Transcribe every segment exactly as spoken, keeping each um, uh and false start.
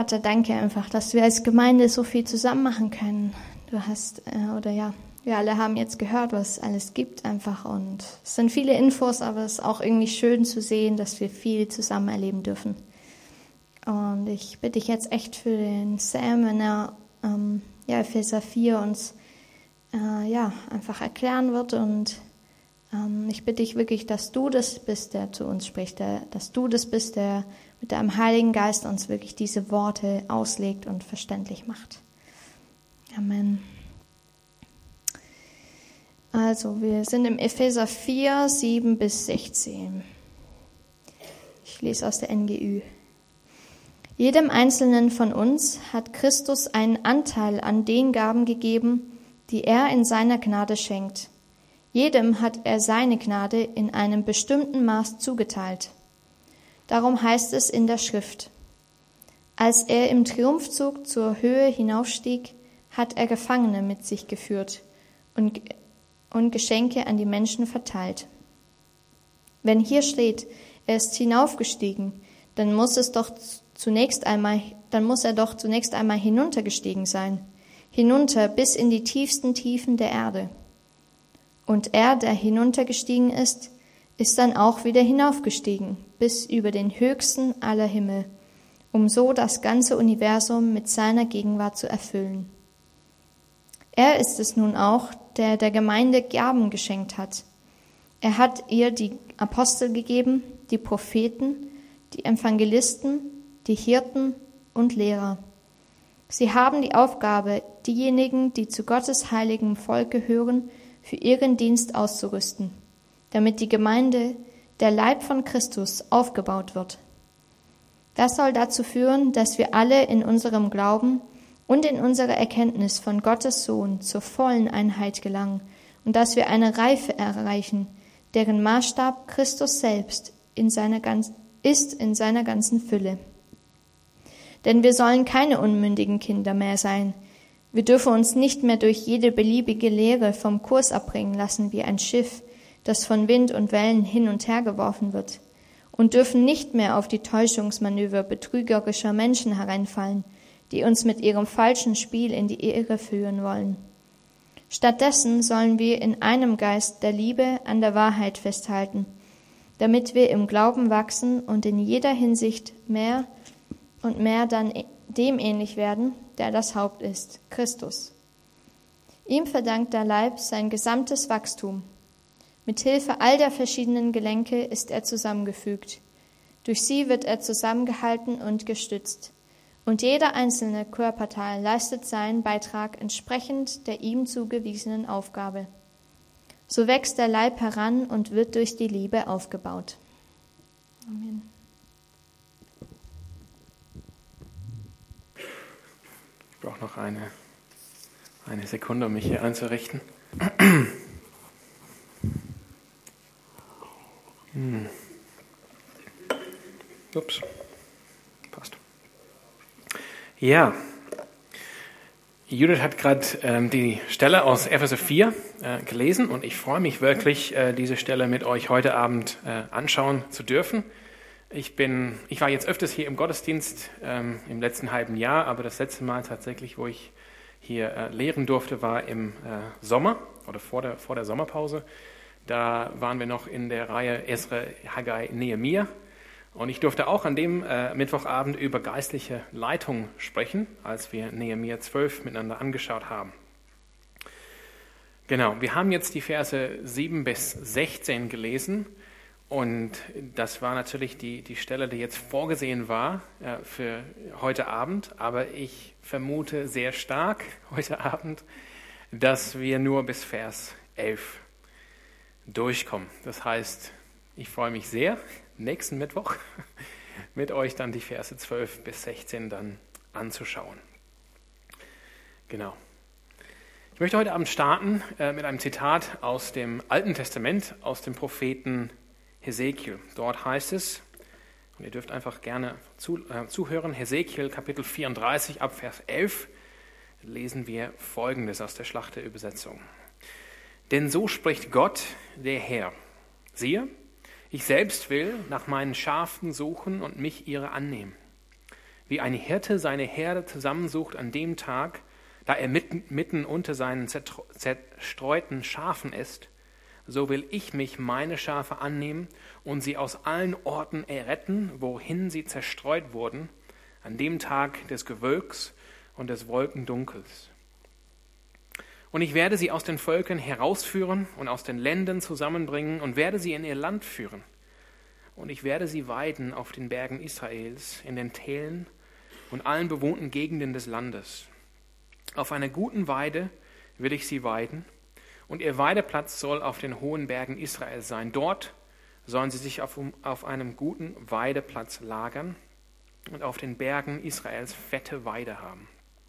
Vater, danke einfach, dass wir als Gemeinde so viel zusammen machen können. Du hast, äh, oder ja, wir alle haben jetzt gehört, was es alles gibt einfach und es sind viele Infos, aber es ist auch irgendwie schön zu sehen, dass wir viel zusammen erleben dürfen. Und ich bitte dich jetzt echt für den Sam, wenn er ähm, ja, Epheser vier uns äh, ja, einfach erklären wird und ähm, ich bitte dich wirklich, dass du das bist, der zu uns spricht, der, dass du das bist, der mit deinem Heiligen Geist uns wirklich diese Worte auslegt und verständlich macht. Amen. Also, wir sind im Epheser vier, sieben bis sechzehn. Ich lese aus der N G Ü. Jedem Einzelnen von uns hat Christus einen Anteil an den Gaben gegeben, die er in seiner Gnade schenkt. Jedem hat er seine Gnade in einem bestimmten Maß zugeteilt. Darum heißt es in der Schrift: Als er im Triumphzug zur Höhe hinaufstieg, hat er Gefangene mit sich geführt und und Geschenke an die Menschen verteilt. Wenn hier steht, er ist hinaufgestiegen, dann muss es doch zunächst einmal, dann muss er doch zunächst einmal hinuntergestiegen sein, hinunter bis in die tiefsten Tiefen der Erde. Und er, der hinuntergestiegen ist, ist dann auch wieder hinaufgestiegen, bis über den höchsten aller Himmel, um so das ganze Universum mit seiner Gegenwart zu erfüllen. Er ist es nun auch, der der Gemeinde Gaben geschenkt hat. Er hat ihr die Apostel gegeben, die Propheten, die Evangelisten, die Hirten und Lehrer. Sie haben die Aufgabe, diejenigen, die zu Gottes heiligem Volk gehören, für ihren Dienst auszurüsten, damit die Gemeinde, der Leib von Christus, aufgebaut wird. Das soll dazu führen, dass wir alle in unserem Glauben und in unserer Erkenntnis von Gottes Sohn zur vollen Einheit gelangen und dass wir eine Reife erreichen, deren Maßstab Christus selbst in seiner ganz, ist in seiner ganzen Fülle. Denn wir sollen keine unmündigen Kinder mehr sein. Wir dürfen uns nicht mehr durch jede beliebige Lehre vom Kurs abbringen lassen wie ein Schiff, das von Wind und Wellen hin und her geworfen wird, und dürfen nicht mehr auf die Täuschungsmanöver betrügerischer Menschen hereinfallen, die uns mit ihrem falschen Spiel in die Irre führen wollen. Stattdessen sollen wir in einem Geist der Liebe an der Wahrheit festhalten, damit wir im Glauben wachsen und in jeder Hinsicht mehr und mehr dann dem ähnlich werden, der das Haupt ist, Christus. Ihm verdankt der Leib sein gesamtes Wachstum. Mit Hilfe all der verschiedenen Gelenke ist er zusammengefügt. Durch sie wird er zusammengehalten und gestützt. Und jeder einzelne Körperteil leistet seinen Beitrag entsprechend der ihm zugewiesenen Aufgabe. So wächst der Leib heran und wird durch die Liebe aufgebaut. Amen. Ich brauche noch eine, eine Sekunde, um mich hier einzurichten. Hm. Ups. Passt. Ja, Judith hat gerade ähm, die Stelle aus Epheser vier äh, gelesen und ich freue mich wirklich, äh, diese Stelle mit euch heute Abend äh, anschauen zu dürfen. Ich bin, ich war jetzt öfters hier im Gottesdienst ähm, im letzten halben Jahr, aber das letzte Mal tatsächlich, wo ich hier äh, lehren durfte, war im äh, Sommer oder vor der, vor der Sommerpause. Da waren wir noch in der Reihe Esra, Haggai, Nehemia. Und ich durfte auch an dem äh, Mittwochabend über geistliche Leitung sprechen, als wir Nehemia zwölf miteinander angeschaut haben. Genau, wir haben jetzt die Verse sieben bis sechzehn gelesen und das war natürlich die, die Stelle, die jetzt vorgesehen war äh, für heute Abend, aber ich vermute sehr stark heute Abend, dass wir nur bis Vers elf durchkommen. Das heißt, ich freue mich sehr, nächsten Mittwoch mit euch dann die Verse zwölf bis sechzehn dann anzuschauen. Genau. Ich möchte heute Abend starten äh, mit einem Zitat aus dem Alten Testament, aus dem Propheten Hesekiel. Dort heißt es, und ihr dürft einfach gerne zu, äh, zuhören, Hesekiel Kapitel vierunddreißig ab Vers elf, lesen wir Folgendes aus der Schlachterübersetzung. Denn so spricht Gott, der Herr. Siehe, ich selbst will nach meinen Schafen suchen und mich ihrer annehmen. Wie ein Hirte seine Herde zusammensucht an dem Tag, da er mitten, mitten unter seinen zerstreuten Schafen ist, so will ich mich meine Schafe annehmen und sie aus allen Orten erretten, wohin sie zerstreut wurden, an dem Tag des Gewölks und des Wolkendunkels. Und ich werde sie aus den Völkern herausführen und aus den Ländern zusammenbringen und werde sie in ihr Land führen. Und ich werde sie weiden auf den Bergen Israels, in den Tälern und allen bewohnten Gegenden des Landes. Auf einer guten Weide will ich sie weiden, und ihr Weideplatz soll auf den hohen Bergen Israels sein. Dort sollen sie sich auf, auf einem guten Weideplatz lagern und auf den Bergen Israels fette Weide haben.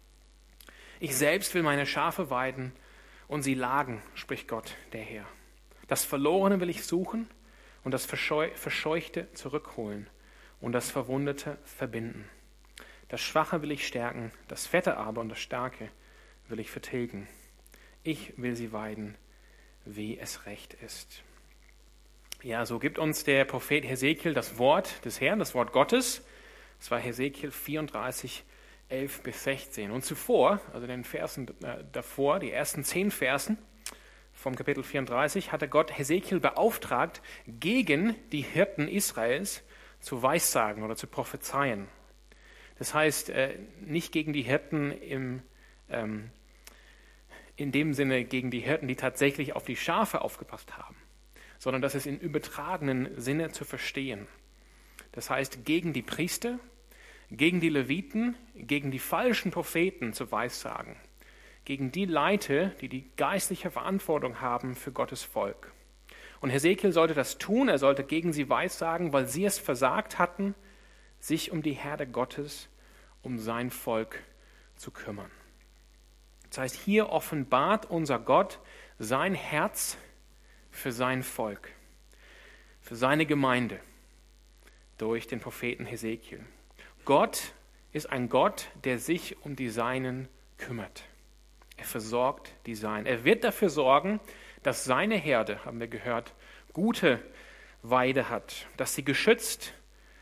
Ich selbst will meine Schafe weiden und sie lagen, spricht Gott, der Herr. Das Verlorene will ich suchen und das Verscheuchte zurückholen und das Verwundete verbinden. Das Schwache will ich stärken, das Fette aber und das Starke will ich vertilgen. Ich will sie weiden, wie es recht ist. Ja, so gibt uns der Prophet Hesekiel das Wort des Herrn, das Wort Gottes. Das war Hesekiel vierunddreißig, elf bis sechzehn. Und zuvor, also in den Versen äh, davor, die ersten zehn Versen vom Kapitel vierunddreißig, hatte Gott Hesekiel beauftragt, gegen die Hirten Israels zu weissagen oder zu prophezeien. Das heißt, äh, nicht gegen die Hirten im ähm, in dem Sinne gegen die Hirten, die tatsächlich auf die Schafe aufgepasst haben, sondern das ist in übertragenen Sinne zu verstehen. Das heißt, gegen die Priester, gegen die Leviten, gegen die falschen Propheten zu weissagen, gegen die Leiter, die die geistliche Verantwortung haben für Gottes Volk. Und Hesekiel sollte das tun, er sollte gegen sie weissagen, weil sie es versagt hatten, sich um die Herde Gottes, um sein Volk zu kümmern. Das heißt, hier offenbart unser Gott sein Herz für sein Volk, für seine Gemeinde durch den Propheten Hesekiel. Gott ist ein Gott, der sich um die Seinen kümmert. Er versorgt die Seinen. Er wird dafür sorgen, dass seine Herde, haben wir gehört, gute Weide hat, dass sie geschützt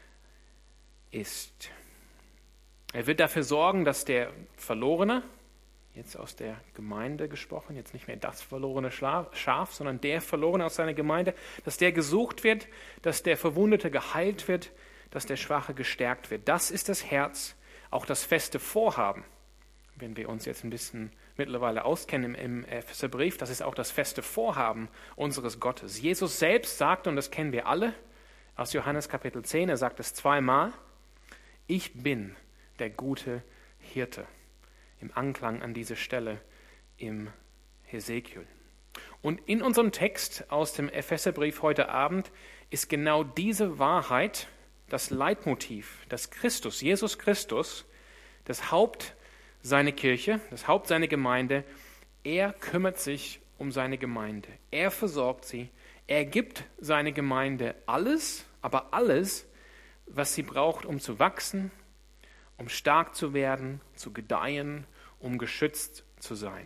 ist. Er wird dafür sorgen, dass der Verlorene, jetzt aus der Gemeinde gesprochen, jetzt nicht mehr das verlorene Schaf, sondern der Verlorene aus seiner Gemeinde, dass der gesucht wird, dass der Verwundete geheilt wird, dass der Schwache gestärkt wird. Das ist das Herz, auch das feste Vorhaben. Wenn wir uns jetzt ein bisschen mittlerweile auskennen im Epheserbrief, das ist auch das feste Vorhaben unseres Gottes. Jesus selbst sagt, und das kennen wir alle, aus Johannes Kapitel zehn, er sagt es zweimal, ich bin der gute Hirte. Im Anklang an diese Stelle im Hesekiel. Und in unserem Text aus dem Epheserbrief heute Abend ist genau diese Wahrheit das Leitmotiv, dass Christus, Jesus Christus, das Haupt seiner Kirche, das Haupt seiner Gemeinde, er kümmert sich um seine Gemeinde. Er versorgt sie. Er gibt seine Gemeinde alles, aber alles, was sie braucht, um zu wachsen, um stark zu werden, zu gedeihen, um geschützt zu sein.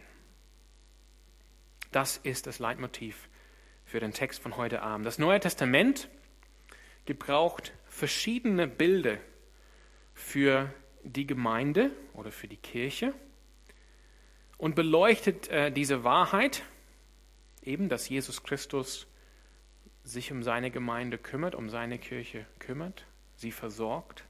Das ist das Leitmotiv für den Text von heute Abend. Das Neue Testament gebraucht verschiedene Bilder für die Gemeinde oder für die Kirche und beleuchtet äh, diese Wahrheit, eben, dass Jesus Christus sich um seine Gemeinde kümmert, um seine Kirche kümmert, sie versorgt.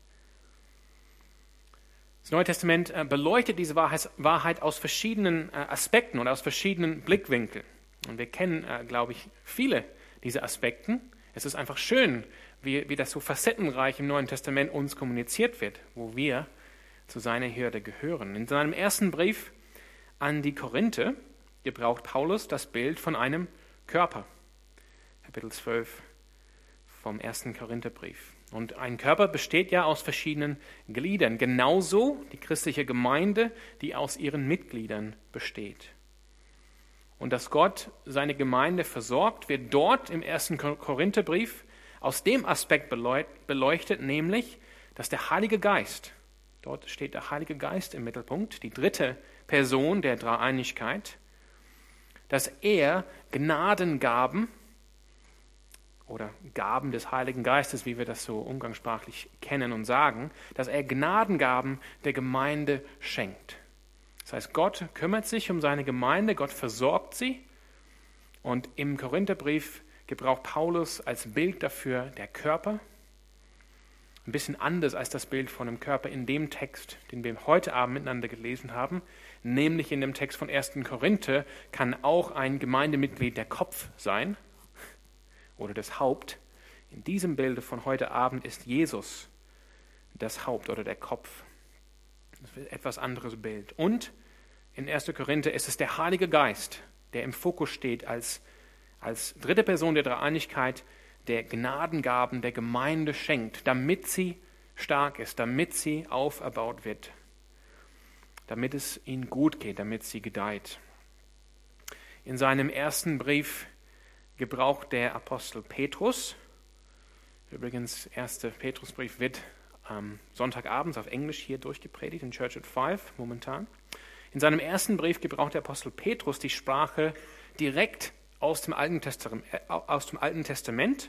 Das Neue Testament beleuchtet diese Wahrheit aus verschiedenen Aspekten und aus verschiedenen Blickwinkeln. Und wir kennen, glaube ich, viele dieser Aspekte. Es ist einfach schön, wie, wie das so facettenreich im Neuen Testament uns kommuniziert wird, wo wir zu seiner Herde gehören. In seinem ersten Brief an die Korinther gebraucht Paulus das Bild von einem Körper. Kapitel zwölf vom ersten Korintherbrief. Und ein Körper besteht ja aus verschiedenen Gliedern, genauso die christliche Gemeinde, die aus ihren Mitgliedern besteht. Und dass Gott seine Gemeinde versorgt, wird dort im ersten Korintherbrief aus dem Aspekt beleuchtet, nämlich, dass der Heilige Geist, dort steht der Heilige Geist im Mittelpunkt, die dritte Person der Dreieinigkeit, dass er Gnadengaben oder Gaben des Heiligen Geistes, wie wir das so umgangssprachlich kennen und sagen, dass er Gnadengaben der Gemeinde schenkt. Das heißt, Gott kümmert sich um seine Gemeinde, Gott versorgt sie. Und im Korintherbrief gebraucht Paulus als Bild dafür der Körper. Ein bisschen anders als das Bild von dem Körper in dem Text, den wir heute Abend miteinander gelesen haben. Nämlich in dem Text von ersten Korinther kann auch ein Gemeindemitglied der Kopf sein oder das Haupt. In diesem Bild von heute Abend ist Jesus das Haupt oder der Kopf. Das ist ein etwas anderes Bild. Und in ersten Korinther ist es der Heilige Geist, der im Fokus steht als, als dritte Person der Dreieinigkeit, der Gnadengaben der Gemeinde schenkt, damit sie stark ist, damit sie auferbaut wird, damit es ihnen gut geht, damit sie gedeiht. In seinem ersten Brief gebraucht der Apostel Petrus, übrigens, erster Petrusbrief wird am Sonntagabends auf Englisch hier durchgepredigt, in Church at Five momentan. In seinem ersten Brief gebraucht der Apostel Petrus die Sprache direkt aus dem Alten Testament. Aus dem Alten Testament.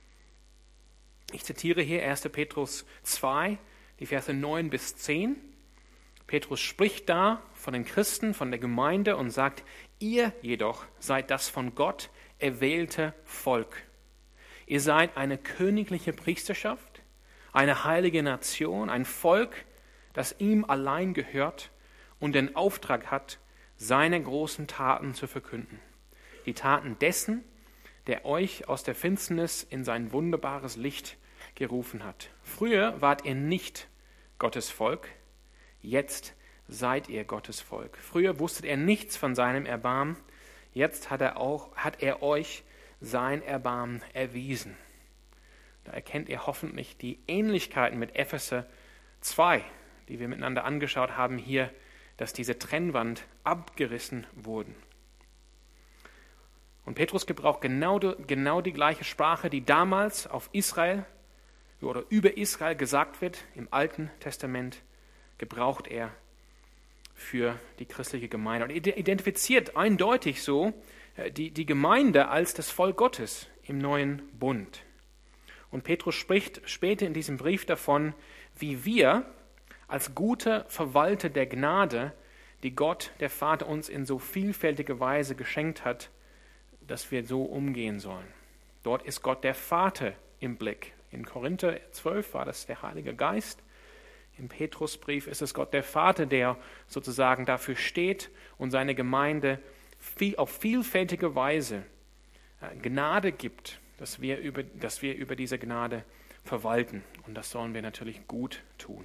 Ich zitiere hier erster Petrus zwei, die Verse neun bis zehn. Petrus spricht da von den Christen, von der Gemeinde und sagt, ihr jedoch seid das von Gott erwählte Volk. Ihr seid eine königliche Priesterschaft, eine heilige Nation, ein Volk, das ihm allein gehört und den Auftrag hat, seine großen Taten zu verkünden. Die Taten dessen, der euch aus der Finsternis in sein wunderbares Licht gerufen hat. Früher wart ihr nicht Gottes Volk, jetzt seid ihr Gottes Volk. Früher wusstet ihr nichts von seinem Erbarmen, jetzt hat er, auch, hat er euch sein Erbarmen erwiesen. Da erkennt ihr hoffentlich die Ähnlichkeiten mit Epheser zwei, die wir miteinander angeschaut haben hier, dass diese Trennwand abgerissen wurden. Und Petrus gebraucht genau die, genau die gleiche Sprache, die damals auf Israel oder über Israel gesagt wird, im Alten Testament, gebraucht er für die christliche Gemeinde. Und identifiziert eindeutig so die, die Gemeinde als das Volk Gottes im neuen Bund. Und Petrus spricht später in diesem Brief davon, wie wir als gute Verwalter der Gnade, die Gott, der Vater, uns in so vielfältiger Weise geschenkt hat, dass wir so umgehen sollen. Dort ist Gott der Vater im Blick. In Korinther zwölf war das der Heilige Geist. Im Petrusbrief ist es Gott der Vater, der sozusagen dafür steht und seine Gemeinde viel, auf vielfältige Weise Gnade gibt, dass wir, über, dass wir über diese Gnade verwalten. Und das sollen wir natürlich gut tun.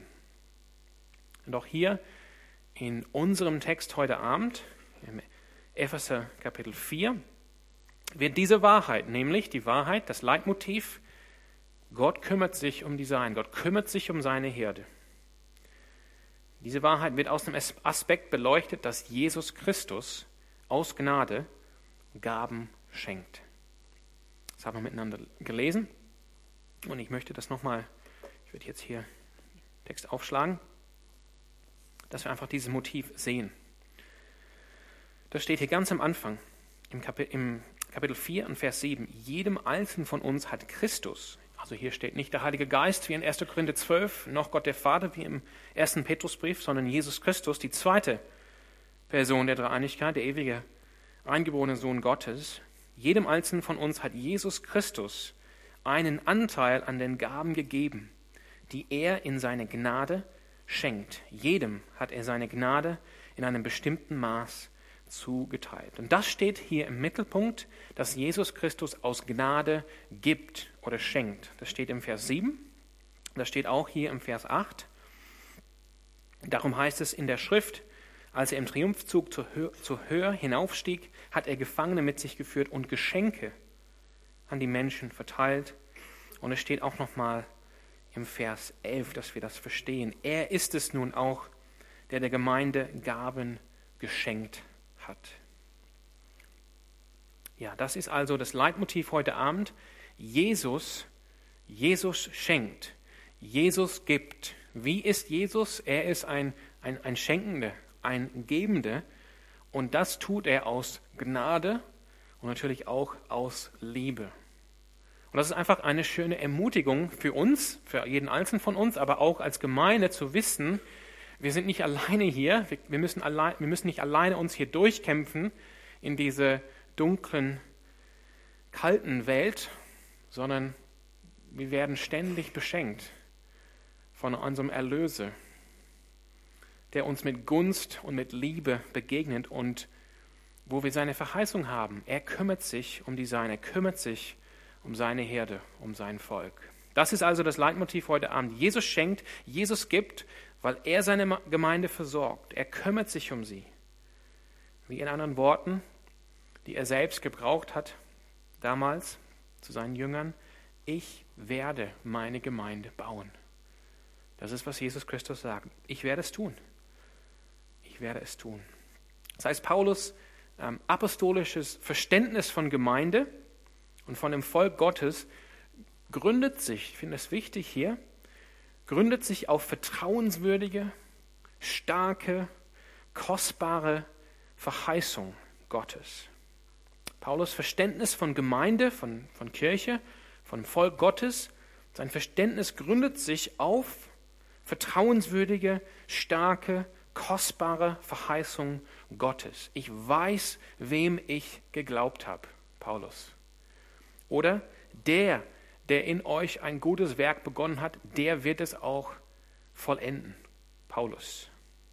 Und auch hier in unserem Text heute Abend, im Epheser Kapitel vier, wird diese Wahrheit, nämlich die Wahrheit, das Leitmotiv, Gott kümmert sich um die Seinen, Gott kümmert sich um seine Herde. Diese Wahrheit wird aus dem Aspekt beleuchtet, dass Jesus Christus aus Gnade Gaben schenkt. Das haben wir miteinander gelesen und ich möchte das nochmal, ich würde jetzt hier den Text aufschlagen, dass wir einfach dieses Motiv sehen. Das steht hier ganz am Anfang, im Kapitel, im Kapitel vier und Vers sieben. Jedem Einzelnen von uns hat Christus, also hier steht nicht der Heilige Geist wie in erster Korinther zwölf, noch Gott der Vater wie im ersten Petrusbrief, sondern Jesus Christus, die zweite Person der Dreieinigkeit, der ewige eingeborene Sohn Gottes. Jedem Einzelnen von uns hat Jesus Christus einen Anteil an den Gaben gegeben, die er in seine Gnade schenkt. Jedem hat er seine Gnade in einem bestimmten Maß zugeteilt. Und das steht hier im Mittelpunkt, dass Jesus Christus aus Gnade gibt oder schenkt. Das steht im Vers sieben, das steht auch hier im Vers acht. Darum heißt es in der Schrift, als er im Triumphzug zur Höhe, zur Höhe hinaufstieg, hat er Gefangene mit sich geführt und Geschenke an die Menschen verteilt. Und es steht auch nochmal im Vers elf, dass wir das verstehen. Er ist es nun auch, der der Gemeinde Gaben geschenkt hat. Ja, das ist also das Leitmotiv heute Abend. Jesus, Jesus schenkt. Jesus gibt. Wie ist Jesus? Er ist ein, ein, ein Schenkender, ein Gebender. Und das tut er aus Gnade und natürlich auch aus Liebe. Und das ist einfach eine schöne Ermutigung für uns, für jeden Einzelnen von uns, aber auch als Gemeinde zu wissen, wir sind nicht alleine hier, wir, wir, müssen, allein, wir müssen nicht alleine uns hier durchkämpfen in diese dunklen, kalten Welt, sondern wir werden ständig beschenkt von unserem Erlöser, der uns mit Gunst und mit Liebe begegnet und wo wir seine Verheißung haben. Er kümmert sich um die Seine, er kümmert sich um seine Herde, um sein Volk. Das ist also das Leitmotiv heute Abend. Jesus schenkt, Jesus gibt, weil er seine Gemeinde versorgt. Er kümmert sich um sie. Wie in anderen Worten, die er selbst gebraucht hat, damals zu seinen Jüngern, ich werde meine Gemeinde bauen. Das ist, was Jesus Christus sagt. Ich werde es tun. Ich werde es tun. Das heißt, Paulus ähm, apostolisches Verständnis von Gemeinde und von dem Volk Gottes gründet sich, ich finde es wichtig hier, gründet sich auf vertrauenswürdige, starke, kostbare Verheißung Gottes. Paulus Verständnis von Gemeinde, von, von Kirche, von Volk Gottes, sein Verständnis gründet sich auf vertrauenswürdige, starke, kostbare Verheißung Gottes. Ich weiß, wem ich geglaubt habe, Paulus. Oder der, der in euch ein gutes Werk begonnen hat, der wird es auch vollenden, Paulus.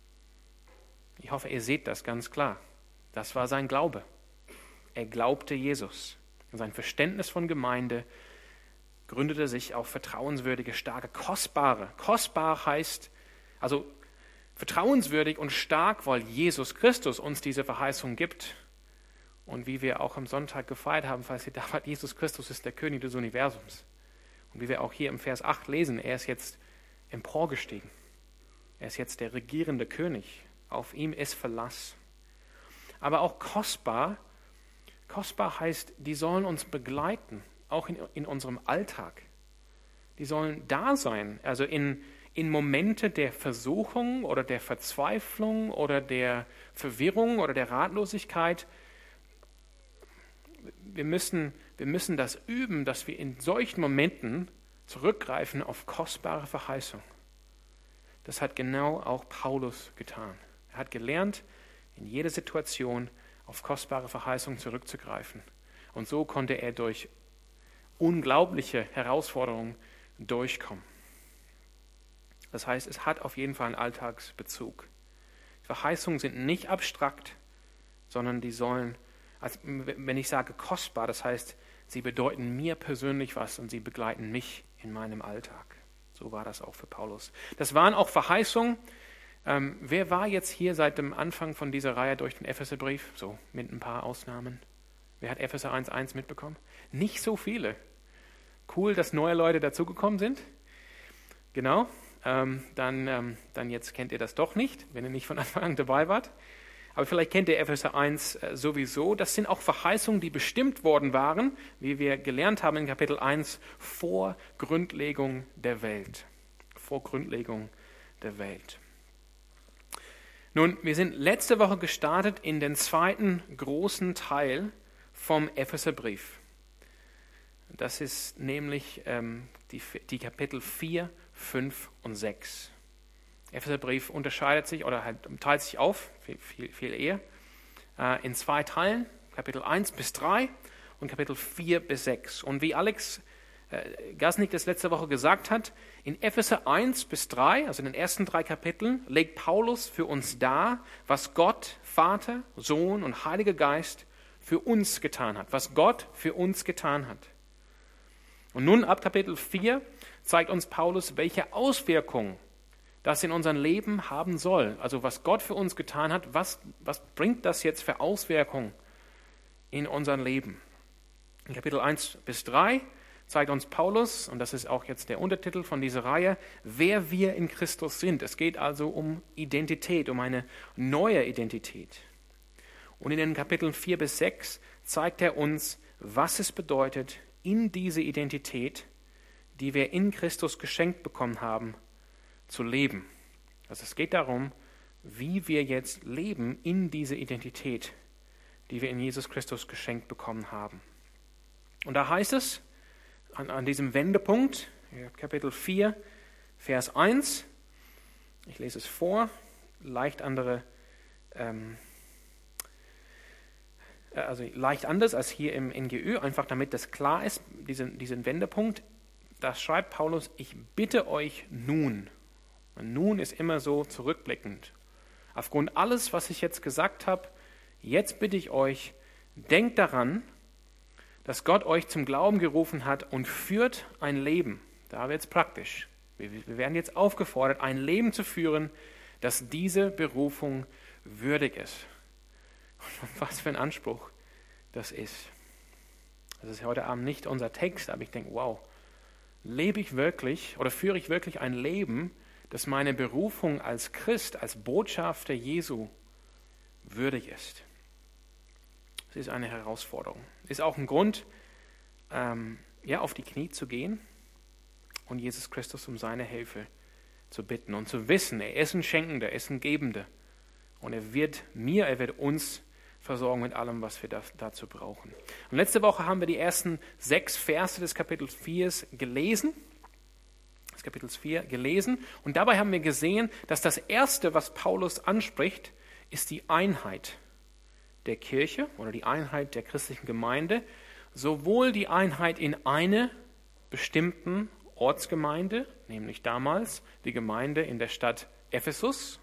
Ich hoffe, ihr seht das ganz klar. Das war sein Glaube. Er glaubte Jesus. Und sein Verständnis von Gemeinde gründete sich auf vertrauenswürdige, starke, kostbare. Kostbar heißt, also vertrauenswürdig und stark, weil Jesus Christus uns diese Verheißung gibt. Und wie wir auch am Sonntag gefeiert haben, falls ihr da wart, Jesus Christus ist der König des Universums. Und wie wir auch hier im Vers acht lesen, er ist jetzt emporgestiegen. Er ist jetzt der regierende König. Auf ihm ist Verlass. Aber auch kostbar, kostbar heißt, die sollen uns begleiten, auch in, in unserem Alltag. Die sollen da sein, also in, in Momente der Versuchung oder der Verzweiflung oder der Verwirrung oder der Ratlosigkeit. Wir müssen, wir müssen das üben, dass wir in solchen Momenten zurückgreifen auf kostbare Verheißung. Das hat genau auch Paulus getan. Er hat gelernt, in jeder Situation auf kostbare Verheißung zurückzugreifen. Und so konnte er durch unglaubliche Herausforderungen durchkommen. Das heißt, es hat auf jeden Fall einen Alltagsbezug. Verheißungen sind nicht abstrakt, sondern die sollen, also wenn ich sage kostbar, das heißt, sie bedeuten mir persönlich was und sie begleiten mich in meinem Alltag. So war das auch für Paulus. Das waren auch Verheißungen. Ähm, wer war jetzt hier seit dem Anfang von dieser Reihe durch den Epheserbrief? So, mit ein paar Ausnahmen. Wer hat Epheser eins Punkt eins mitbekommen? Nicht so viele. Cool, dass neue Leute dazugekommen sind. Genau. Ähm, dann, ähm, dann jetzt kennt ihr das doch nicht, wenn ihr nicht von Anfang an dabei wart. Aber vielleicht kennt ihr Epheser eins äh, sowieso. Das sind auch Verheißungen, die bestimmt worden waren, wie wir gelernt haben in Kapitel eins, vor Grundlegung der Welt. Vor Grundlegung der Welt. Nun, wir sind letzte Woche gestartet in den zweiten großen Teil vom Epheserbrief. Das ist nämlich ähm, die, die Kapitel vier, fünf und sechs. Der Epheserbrief unterscheidet sich oder halt teilt sich auf, viel, viel, viel eher, äh, in zwei Teilen, Kapitel eins bis drei und Kapitel vier bis sechs. Und wie Alex äh, Gasnick das letzte Woche gesagt hat, in Epheser eins bis drei, also in den ersten drei Kapiteln, legt Paulus für uns dar, was Gott, Vater, Sohn und Heiliger Geist für uns getan hat, was Gott für uns getan hat. Und nun ab Kapitel vier zeigt uns Paulus, welche Auswirkungen das in unserem Leben haben soll. Also was Gott für uns getan hat, was, was bringt das jetzt für Auswirkungen in unserem Leben? In Kapitel eins bis drei zeigt uns Paulus, und das ist auch jetzt der Untertitel von dieser Reihe, wer wir in Christus sind. Es geht also um Identität, um eine neue Identität. Und in den Kapiteln vier bis sechs zeigt er uns, was es bedeutet, in diese Identität, die wir in Christus geschenkt bekommen haben, zu leben. Also es geht darum, wie wir jetzt leben in diese Identität, die wir in Jesus Christus geschenkt bekommen haben. Und da heißt es, an, an diesem Wendepunkt, Kapitel vier, Vers eins. Ich lese es vor, leicht andere, ähm, also leicht anders als hier im N G Ü, einfach damit das klar ist, diesen, diesen Wendepunkt. Da schreibt Paulus, ich bitte euch nun. Und nun ist immer so zurückblickend. Aufgrund alles, was ich jetzt gesagt habe, jetzt bitte ich euch, denkt daran, dass Gott euch zum Glauben gerufen hat und führt ein Leben. Da wird es praktisch. Wir, wir werden jetzt aufgefordert, ein Leben zu führen, das diese Berufung würdig ist. Und was für ein Anspruch das ist. Das ist heute Abend nicht unser Text, aber ich denke, wow, lebe ich wirklich oder führe ich wirklich ein Leben, das meine Berufung als Christ, als Botschafter Jesu würdig ist. Das ist eine Herausforderung. Ist auch ein Grund, ähm, ja, auf die Knie zu gehen und Jesus Christus um seine Hilfe zu bitten und zu wissen, er ist ein Schenkender, er ist ein Gebender und er wird mir, er wird uns versorgen mit allem, was wir da, dazu brauchen. Und letzte Woche haben wir die ersten sechs Verse des Kapitels vier gelesen, des Kapitels vier gelesen und dabei haben wir gesehen, dass das Erste, was Paulus anspricht, ist die Einheit der Kirche oder die Einheit der christlichen Gemeinde, sowohl die Einheit in einer bestimmten Ortsgemeinde, nämlich damals die Gemeinde in der Stadt Ephesus.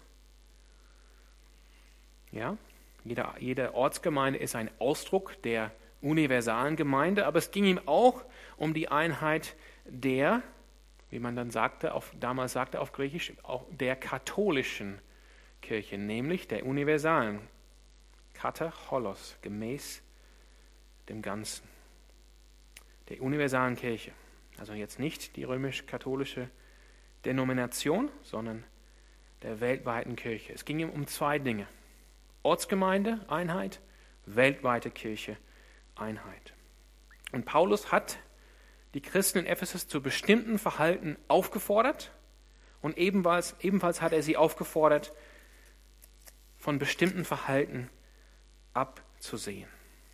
Ja, jede, jede Ortsgemeinde ist ein Ausdruck der universalen Gemeinde, aber es ging ihm auch um die Einheit der, wie man dann sagte, auf, damals sagte auf Griechisch, auch der katholischen Kirche, nämlich der universalen Katacholos, gemäß dem Ganzen, der universalen Kirche. Also jetzt nicht die römisch-katholische Denomination, sondern der weltweiten Kirche. Es ging ihm um zwei Dinge. Ortsgemeinde, Einheit, weltweite Kirche, Einheit. Und Paulus hat die Christen in Ephesus zu bestimmten Verhalten aufgefordert und ebenfalls, ebenfalls hat er sie aufgefordert, von bestimmten Verhalten abzusehen.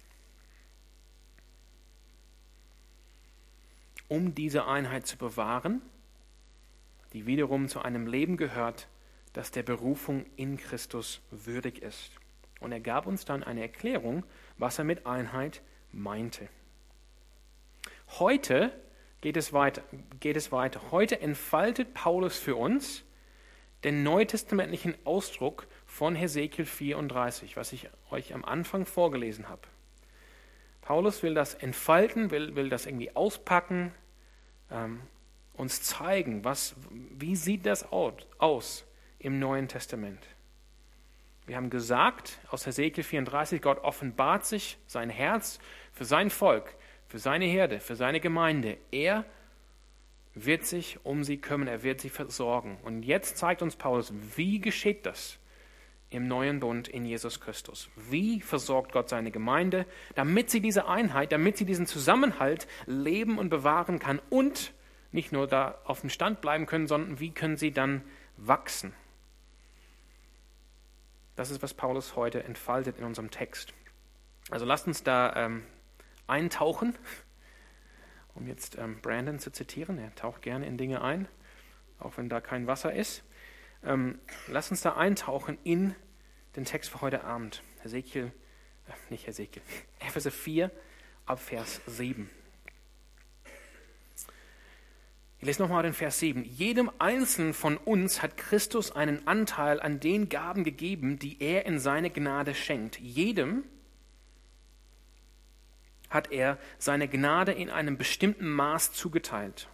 Um diese Einheit zu bewahren, die wiederum zu einem Leben gehört, das der Berufung in Christus würdig ist. Und er gab uns dann eine Erklärung, was er mit Einheit meinte. Heute geht es weiter. Geht es weiter. Heute entfaltet Paulus für uns den neutestamentlichen Ausdruck von Hesekiel vierunddreißig, was ich euch am Anfang vorgelesen habe. Paulus will das entfalten, will, will das irgendwie auspacken, ähm, uns zeigen, was, wie sieht das aus im Neuen Testament. Wir haben gesagt, aus Hesekiel vierunddreißig, Gott offenbart sich sein Herz für sein Volk, für seine Herde, für seine Gemeinde. Er wird sich um sie kümmern, er wird sie versorgen. Und jetzt zeigt uns Paulus, wie geschieht das im neuen Bund in Jesus Christus? Wie versorgt Gott seine Gemeinde, damit sie diese Einheit, damit sie diesen Zusammenhalt leben und bewahren kann und nicht nur da auf dem Stand bleiben können, sondern wie können sie dann wachsen? Das ist, was Paulus heute entfaltet in unserem Text. Also lasst uns da ähm, eintauchen, um jetzt ähm, Brandon zu zitieren. Er taucht gerne in Dinge ein, auch wenn da kein Wasser ist. Ähm, lasst uns da eintauchen in den Text für heute Abend. Hesekiel, äh, nicht Hesekiel, Epheser vier, ab Vers sieben. Ich lese nochmal den Vers sieben. Jedem Einzelnen von uns hat Christus einen Anteil an den Gaben gegeben, die er in seine Gnade schenkt. Jedem hat er seine Gnade in einem bestimmten Maß zugeteilt.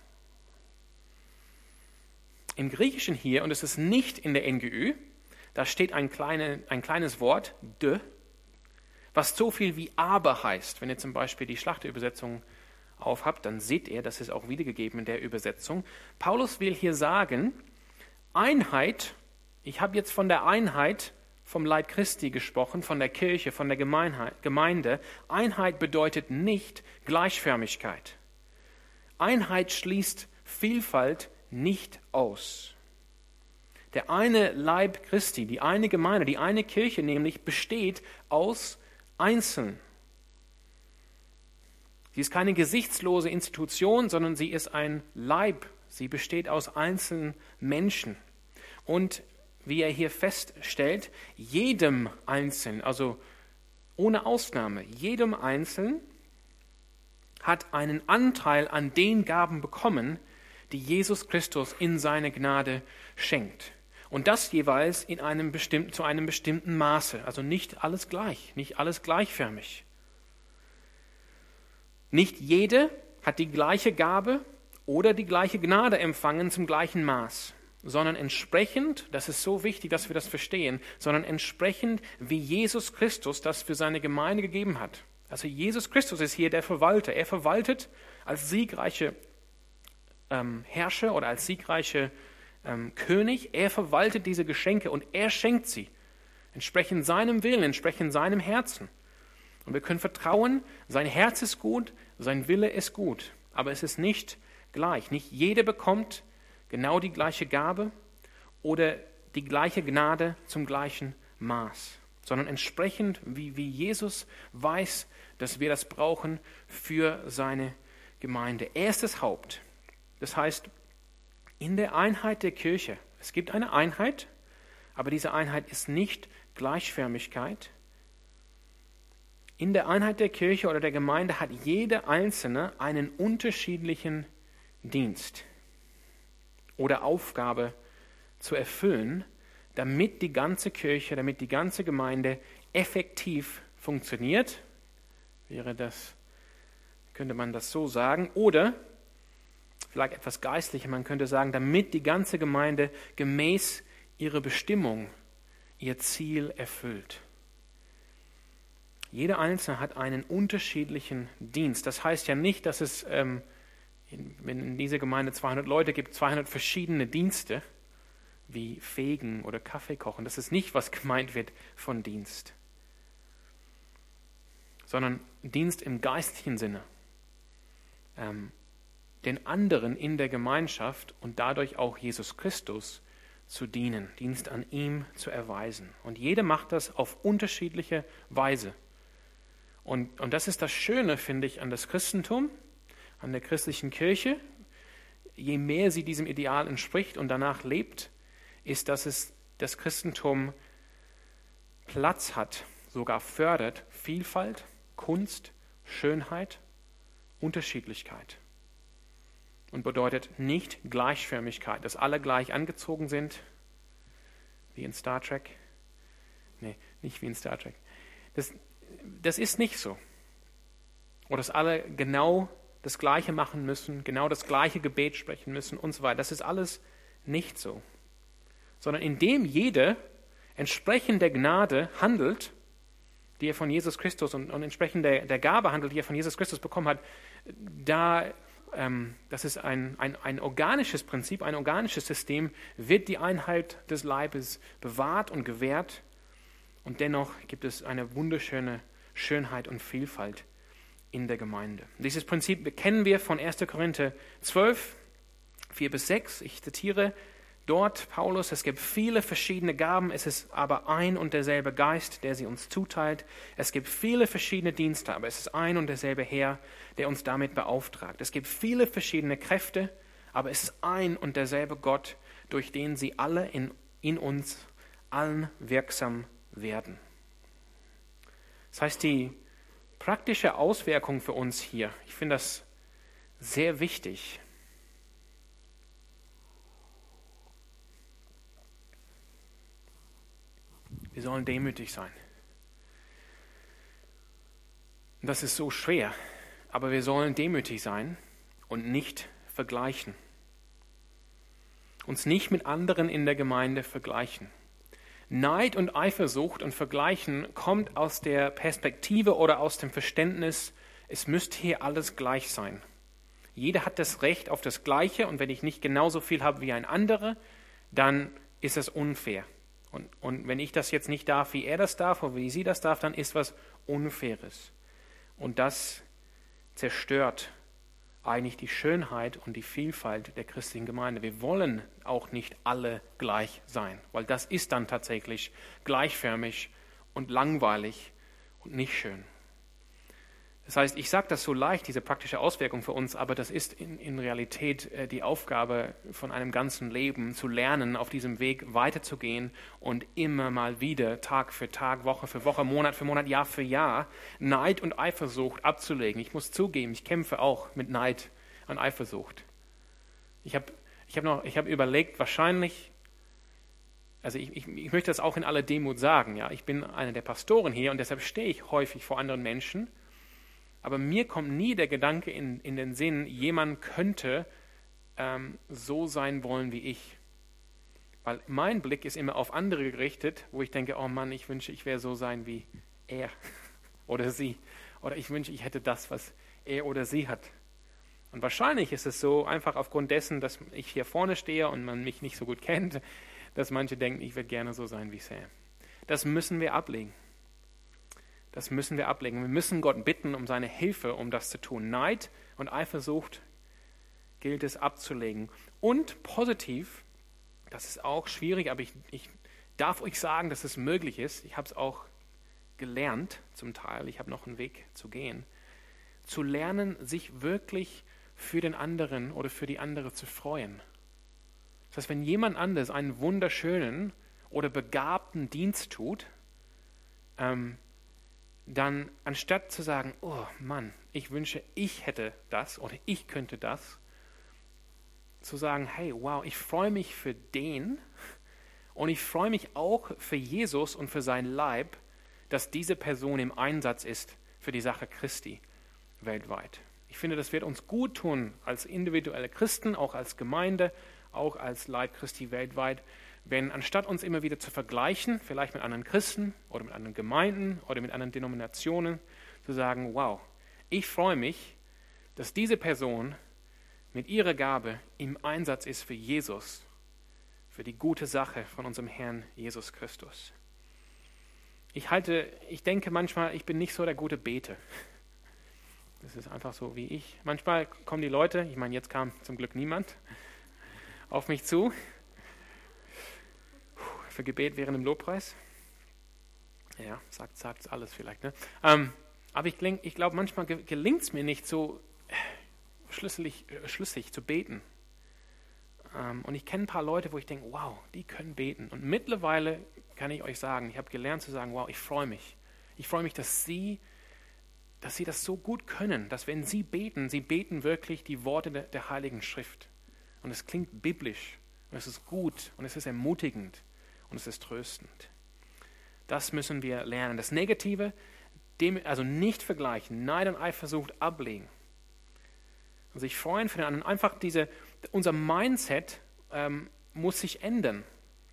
Im Griechischen hier, und es ist nicht in der N G Ü, da steht ein, kleine, ein kleines Wort, de, was so viel wie aber heißt. Wenn ihr zum Beispiel die Schlachterübersetzung aufhabt, dann seht ihr, das ist auch wiedergegeben in der Übersetzung. Paulus will hier sagen, Einheit, ich habe jetzt von der Einheit vom Leib Christi gesprochen, von der Kirche, von der Gemeinde. Einheit bedeutet nicht Gleichförmigkeit. Einheit schließt Vielfalt nicht aus. Der eine Leib Christi, die eine Gemeinde, die eine Kirche nämlich besteht aus Einzelnen. Sie ist keine gesichtslose Institution, sondern sie ist ein Leib. Sie besteht aus einzelnen Menschen. Und wie er hier feststellt, jedem Einzelnen, also ohne Ausnahme, jedem Einzelnen hat einen Anteil an den Gaben bekommen, die Jesus Christus in seine Gnade schenkt. Und das jeweils in einem bestimmten, zu einem bestimmten Maße. Also nicht alles gleich, nicht alles gleichförmig. Nicht jede hat die gleiche Gabe oder die gleiche Gnade empfangen zum gleichen Maß, sondern entsprechend, das ist so wichtig, dass wir das verstehen, sondern entsprechend, wie Jesus Christus das für seine Gemeinde gegeben hat. Also Jesus Christus ist hier der Verwalter. Er verwaltet als siegreiche ähm, Herrscher oder als siegreiche ähm, König. Er verwaltet diese Geschenke und er schenkt sie. Entsprechend seinem Willen, entsprechend seinem Herzen. Und wir können vertrauen, sein Herz ist gut, sein Wille ist gut. Aber es ist nicht gleich. Nicht jeder bekommt genau die gleiche Gabe oder die gleiche Gnade zum gleichen Maß, sondern entsprechend, wie, wie Jesus weiß, dass wir das brauchen für seine Gemeinde. Er ist das Haupt. Das heißt, in der Einheit der Kirche, es gibt eine Einheit, aber diese Einheit ist nicht Gleichförmigkeit. In der Einheit der Kirche oder der Gemeinde hat jeder Einzelne einen unterschiedlichen Dienst oder Aufgabe zu erfüllen, damit die ganze Kirche, damit die ganze Gemeinde effektiv funktioniert. Wäre das, könnte man das so sagen. Oder, vielleicht etwas geistlicher, man könnte sagen, damit die ganze Gemeinde gemäß ihrer Bestimmung ihr Ziel erfüllt. Jeder Einzelne hat einen unterschiedlichen Dienst. Das heißt ja nicht, dass es, ähm, in, wenn in dieser Gemeinde zweihundert Leute gibt, zweihundert verschiedene Dienste, wie Fegen oder Kaffee kochen. Das ist nicht, was gemeint wird von Dienst. Sondern Dienst im geistlichen Sinne. Ähm, den anderen in der Gemeinschaft und dadurch auch Jesus Christus zu dienen, Dienst an ihm zu erweisen. Und jeder macht das auf unterschiedliche Weise. Und, und das ist das Schöne, finde ich, an das Christentum, an der christlichen Kirche. Je mehr sie diesem Ideal entspricht und danach lebt, ist, dass es das Christentum Platz hat, sogar fördert, Vielfalt, Kunst, Schönheit, Unterschiedlichkeit. Und bedeutet nicht Gleichförmigkeit, dass alle gleich angezogen sind, wie in Star Trek. Nee, nicht wie in Star Trek. Das, das ist nicht so. Oder dass alle genau das Gleiche machen müssen, genau das gleiche Gebet sprechen müssen und so weiter. Das ist alles nicht so. Sondern indem jeder entsprechend der Gnade handelt, die er von Jesus Christus und, und entsprechend der, der Gabe handelt, die er von Jesus Christus bekommen hat, da, ähm, das ist ein, ein, ein organisches Prinzip, ein organisches System, wird die Einheit des Leibes bewahrt und gewährt. Und dennoch gibt es eine wunderschöne Schönheit und Vielfalt in der Gemeinde. Dieses Prinzip kennen wir von erster Korinther zwölf, vier bis sechs. Ich zitiere dort Paulus: Es gibt viele verschiedene Gaben, es ist aber ein und derselbe Geist, der sie uns zuteilt. Es gibt viele verschiedene Dienste, aber es ist ein und derselbe Herr, der uns damit beauftragt. Es gibt viele verschiedene Kräfte, aber es ist ein und derselbe Gott, durch den sie alle in, in uns allen wirksam werden. Das heißt, die praktische Auswirkung für uns hier, ich finde das sehr wichtig. Wir sollen demütig sein. Und das ist so schwer, aber wir sollen demütig sein und nicht vergleichen. Uns nicht mit anderen in der Gemeinde vergleichen. Neid und Eifersucht und Vergleichen kommt aus der Perspektive oder aus dem Verständnis, es müsste hier alles gleich sein. Jeder hat das Recht auf das Gleiche und wenn ich nicht genauso viel habe wie ein anderer, dann ist das unfair. Und, und wenn ich das jetzt nicht darf, wie er das darf oder wie sie das darf, dann ist was Unfaires. Und das zerstört eigentlich die Schönheit und die Vielfalt der christlichen Gemeinde. Wir wollen auch nicht alle gleich sein, weil das ist dann tatsächlich gleichförmig und langweilig und nicht schön. Das heißt, ich sage das so leicht, diese praktische Auswirkung für uns, aber das ist in, in Realität äh, die Aufgabe von einem ganzen Leben, zu lernen, auf diesem Weg weiterzugehen und immer mal wieder, Tag für Tag, Woche für Woche, Monat für Monat, Jahr für Jahr, Neid und Eifersucht abzulegen. Ich muss zugeben, ich kämpfe auch mit Neid und Eifersucht. Ich habe ich hab noch, ich habe überlegt, wahrscheinlich, also ich, ich, ich möchte das auch in aller Demut sagen, ja, ich bin einer der Pastoren hier und deshalb stehe ich häufig vor anderen Menschen. Aber mir kommt nie der Gedanke in, in den Sinn, jemand könnte ähm, so sein wollen wie ich. Weil mein Blick ist immer auf andere gerichtet, wo ich denke, oh Mann, ich wünsche, ich wäre so sein wie er oder sie. Oder ich wünsche, ich hätte das, was er oder sie hat. Und wahrscheinlich ist es so, einfach aufgrund dessen, dass ich hier vorne stehe und man mich nicht so gut kennt, dass manche denken, ich würde gerne so sein wie Sam. Das müssen wir ablegen. Das müssen wir ablegen. Wir müssen Gott bitten um seine Hilfe, um das zu tun. Neid und Eifersucht gilt es abzulegen. Und positiv, das ist auch schwierig, aber ich, ich darf euch sagen, dass es möglich ist. Ich habe es auch gelernt zum Teil. Ich habe noch einen Weg zu gehen. Zu lernen, sich wirklich für den anderen oder für die andere zu freuen. Das heißt, wenn jemand anderes einen wunderschönen oder begabten Dienst tut, ähm, dann anstatt zu sagen, oh Mann, ich wünsche, ich hätte das oder ich könnte das, zu sagen, hey, wow, ich freue mich für den und ich freue mich auch für Jesus und für sein Leib, dass diese Person im Einsatz ist für die Sache Christi weltweit. Ich finde, das wird uns gut tun als individuelle Christen, auch als Gemeinde, auch als Leib Christi weltweit, wenn anstatt uns immer wieder zu vergleichen, vielleicht mit anderen Christen oder mit anderen Gemeinden oder mit anderen Denominationen, zu sagen, wow, ich freue mich, dass diese Person mit ihrer Gabe im Einsatz ist für Jesus, für die gute Sache von unserem Herrn Jesus Christus. Ich halte, ich denke manchmal, ich bin nicht so der gute Beter. Das ist einfach so wie ich. Manchmal kommen die Leute, ich meine, jetzt kam zum Glück niemand, auf mich zu, für Gebet während dem Lobpreis. Ja, sagt sagt's alles vielleicht. Ne? Ähm, aber ich, ich glaube, manchmal gelingt es mir nicht so schlüssig, schlüssig zu beten. Ähm, und ich kenne ein paar Leute, wo ich denke, wow, die können beten. Und mittlerweile kann ich euch sagen, ich habe gelernt zu sagen, wow, ich freue mich. Ich freue mich, dass sie, dass sie das so gut können, dass wenn sie beten, sie beten wirklich die Worte der, der Heiligen Schrift. Und es klingt biblisch und es ist gut und es ist ermutigend. Und es ist tröstend. Das müssen wir lernen. Das Negative, dem, also nicht vergleichen, Neid und Eifersucht ablegen. Und sich freuen für den anderen. Einfach diese, unser Mindset ähm, muss sich ändern.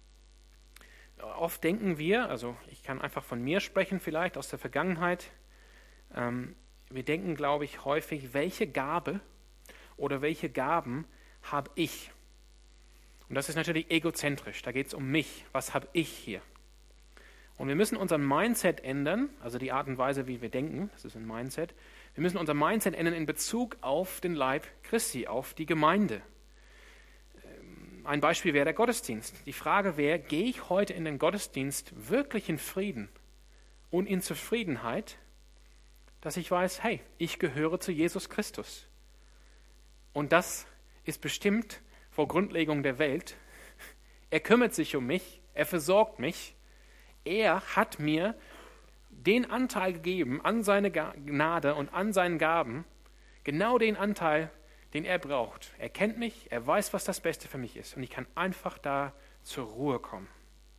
Oft denken wir, also ich kann einfach von mir sprechen, vielleicht aus der Vergangenheit. Ähm, wir denken, glaube ich, häufig, welche Gabe oder welche Gaben habe ich? Und das ist natürlich egozentrisch, da geht es um mich, was habe ich hier? Und wir müssen unser Mindset ändern, also die Art und Weise, wie wir denken, das ist ein Mindset. Wir müssen unser Mindset ändern in Bezug auf den Leib Christi, auf die Gemeinde. Ein Beispiel wäre der Gottesdienst. Die Frage wäre, gehe ich heute in den Gottesdienst wirklich in Frieden und in Zufriedenheit, dass ich weiß, hey, ich gehöre zu Jesus Christus. Und das ist bestimmt vor Grundlegung der Welt. Er kümmert sich um mich, er versorgt mich. Er hat mir den Anteil gegeben an seine Gnade und an seinen Gaben, genau den Anteil, den er braucht. Er kennt mich, er weiß, was das Beste für mich ist und ich kann einfach da zur Ruhe kommen.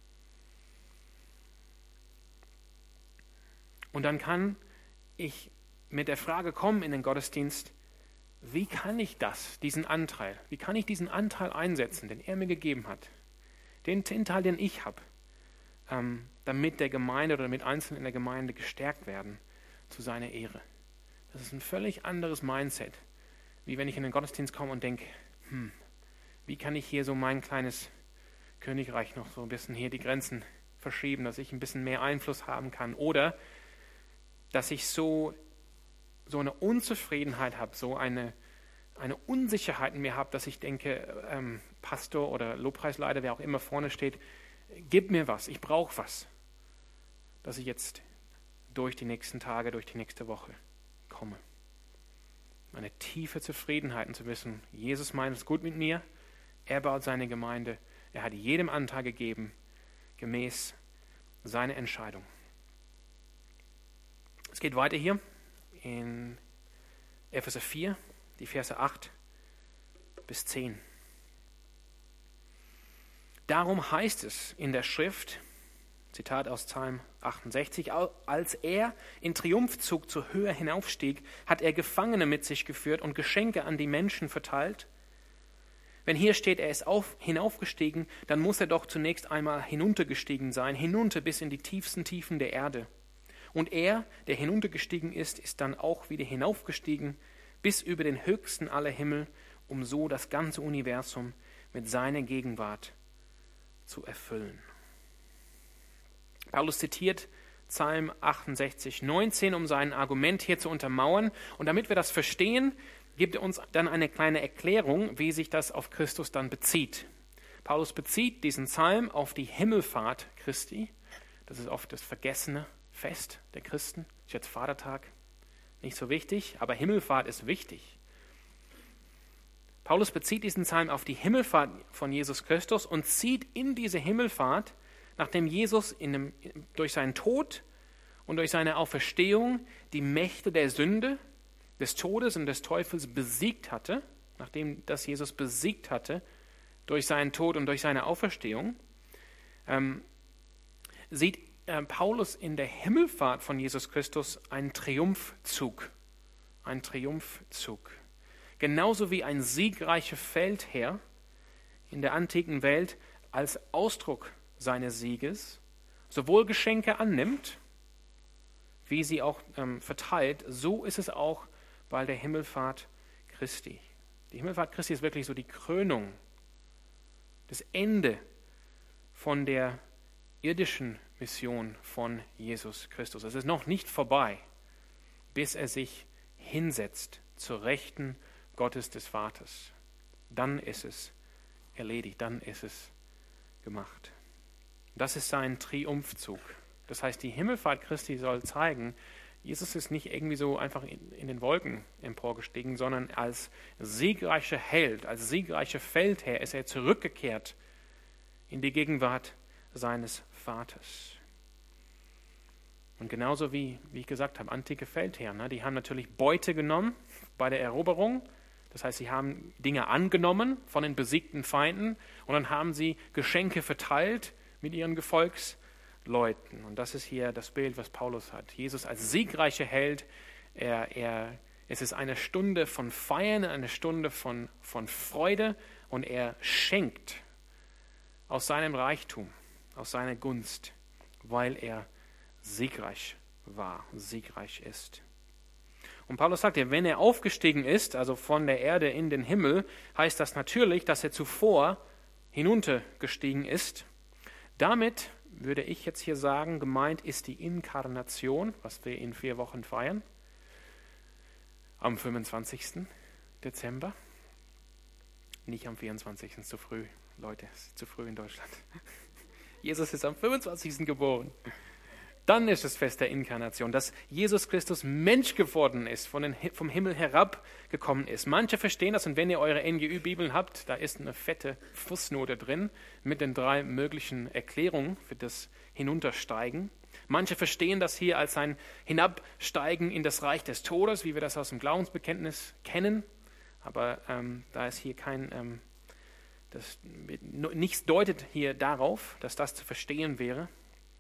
Und dann kann ich mit der Frage kommen in den Gottesdienst, wie kann ich das, diesen Anteil, wie kann ich diesen Anteil einsetzen, den er mir gegeben hat, den Anteil, den ich habe, ähm, damit der Gemeinde oder mit Einzelnen in der Gemeinde gestärkt werden zu seiner Ehre. Das ist ein völlig anderes Mindset, wie wenn ich in den Gottesdienst komme und denke, hm, wie kann ich hier so mein kleines Königreich noch so ein bisschen hier die Grenzen verschieben, dass ich ein bisschen mehr Einfluss haben kann oder dass ich so so eine Unzufriedenheit habe, so eine, eine Unsicherheit in mir habe, dass ich denke, ähm, Pastor oder Lobpreisleiter, wer auch immer vorne steht, gib mir was, ich brauche was, dass ich jetzt durch die nächsten Tage, durch die nächste Woche bekomme. Eine tiefe Zufriedenheit zu wissen, Jesus meint es gut mit mir, er baut seine Gemeinde, er hat jedem Anteil gegeben, gemäß seiner Entscheidung. Es geht weiter hier in Epheser vier, die Verse acht bis zehn. Darum heißt es in der Schrift, Zitat aus Psalm achtundsechzig, als er in Triumphzug zur Höhe hinaufstieg, hat er Gefangene mit sich geführt und Geschenke an die Menschen verteilt. Wenn hier steht, er ist auf, hinaufgestiegen, dann muss er doch zunächst einmal hinuntergestiegen sein, hinunter bis in die tiefsten Tiefen der Erde. Und er, der hinuntergestiegen ist, ist dann auch wieder hinaufgestiegen bis über den höchsten aller Himmel, um so das ganze Universum mit seiner Gegenwart zu erfüllen. Paulus zitiert Psalm achtundsechzig, neunzehn, um sein Argument hier zu untermauern. Und damit wir das verstehen, gibt er uns dann eine kleine Erklärung, wie sich das auf Christus dann bezieht. Paulus bezieht diesen Psalm auf die Himmelfahrt Christi. Das ist oft das vergessene Fest der Christen. Ist jetzt Vatertag, nicht so wichtig, aber Himmelfahrt ist wichtig. Paulus bezieht diesen Psalm auf die Himmelfahrt von Jesus Christus und zieht in diese Himmelfahrt, nachdem Jesus in dem, durch seinen Tod und durch seine Auferstehung die Mächte der Sünde, des Todes und des Teufels besiegt hatte, nachdem das Jesus besiegt hatte, durch seinen Tod und durch seine Auferstehung, ähm, sieht äh, Paulus in der Himmelfahrt von Jesus Christus einen Triumphzug. Einen Triumphzug. Genauso wie ein siegreicher Feldherr in der antiken Welt als Ausdruck seines Sieges sowohl Geschenke annimmt, wie sie auch ähm, verteilt, so ist es auch bei der Himmelfahrt Christi. Die Himmelfahrt Christi ist wirklich so die Krönung, das Ende von der irdischen Mission von Jesus Christus. Es ist noch nicht vorbei, bis er sich hinsetzt zur Rechten Gottes des Vaters. Dann ist es erledigt, dann ist es gemacht. Das ist sein Triumphzug. Das heißt, die Himmelfahrt Christi soll zeigen, Jesus ist nicht irgendwie so einfach in, in den Wolken emporgestiegen, sondern als siegreicher Held, als siegreicher Feldherr ist er zurückgekehrt in die Gegenwart seines Vaters. Und genauso wie, wie ich gesagt habe, antike Feldherren, ne, die haben natürlich Beute genommen bei der Eroberung. Das heißt, sie haben Dinge angenommen von den besiegten Feinden und dann haben sie Geschenke verteilt mit ihren Gefolgsleuten. Und das ist hier das Bild, was Paulus hat. Jesus als siegreicher Held, er, er, es ist eine Stunde von Feiern, eine Stunde von, von Freude und er schenkt aus seinem Reichtum, aus seiner Gunst, weil er siegreich war, siegreich ist. Und Paulus sagt ja, wenn er aufgestiegen ist, also von der Erde in den Himmel, heißt das natürlich, dass er zuvor hinuntergestiegen ist. Damit würde ich jetzt hier sagen, gemeint ist die Inkarnation, was wir in vier Wochen feiern, am fünfundzwanzigsten Dezember. Nicht am vierundzwanzigsten zu früh, Leute, es ist zu früh in Deutschland. Jesus ist am fünfundzwanzigsten geboren. Dann ist das Fest der Inkarnation, dass Jesus Christus Mensch geworden ist, von den, vom Himmel herabgekommen ist. Manche verstehen das und wenn ihr eure N G Ü-Bibeln habt, da ist eine fette Fußnote drin mit den drei möglichen Erklärungen für das Hinuntersteigen. Manche verstehen das hier als ein Hinabsteigen in das Reich des Todes, wie wir das aus dem Glaubensbekenntnis kennen. Aber ähm, da ist hier kein, ähm, das, nichts deutet hier darauf, dass das zu verstehen wäre.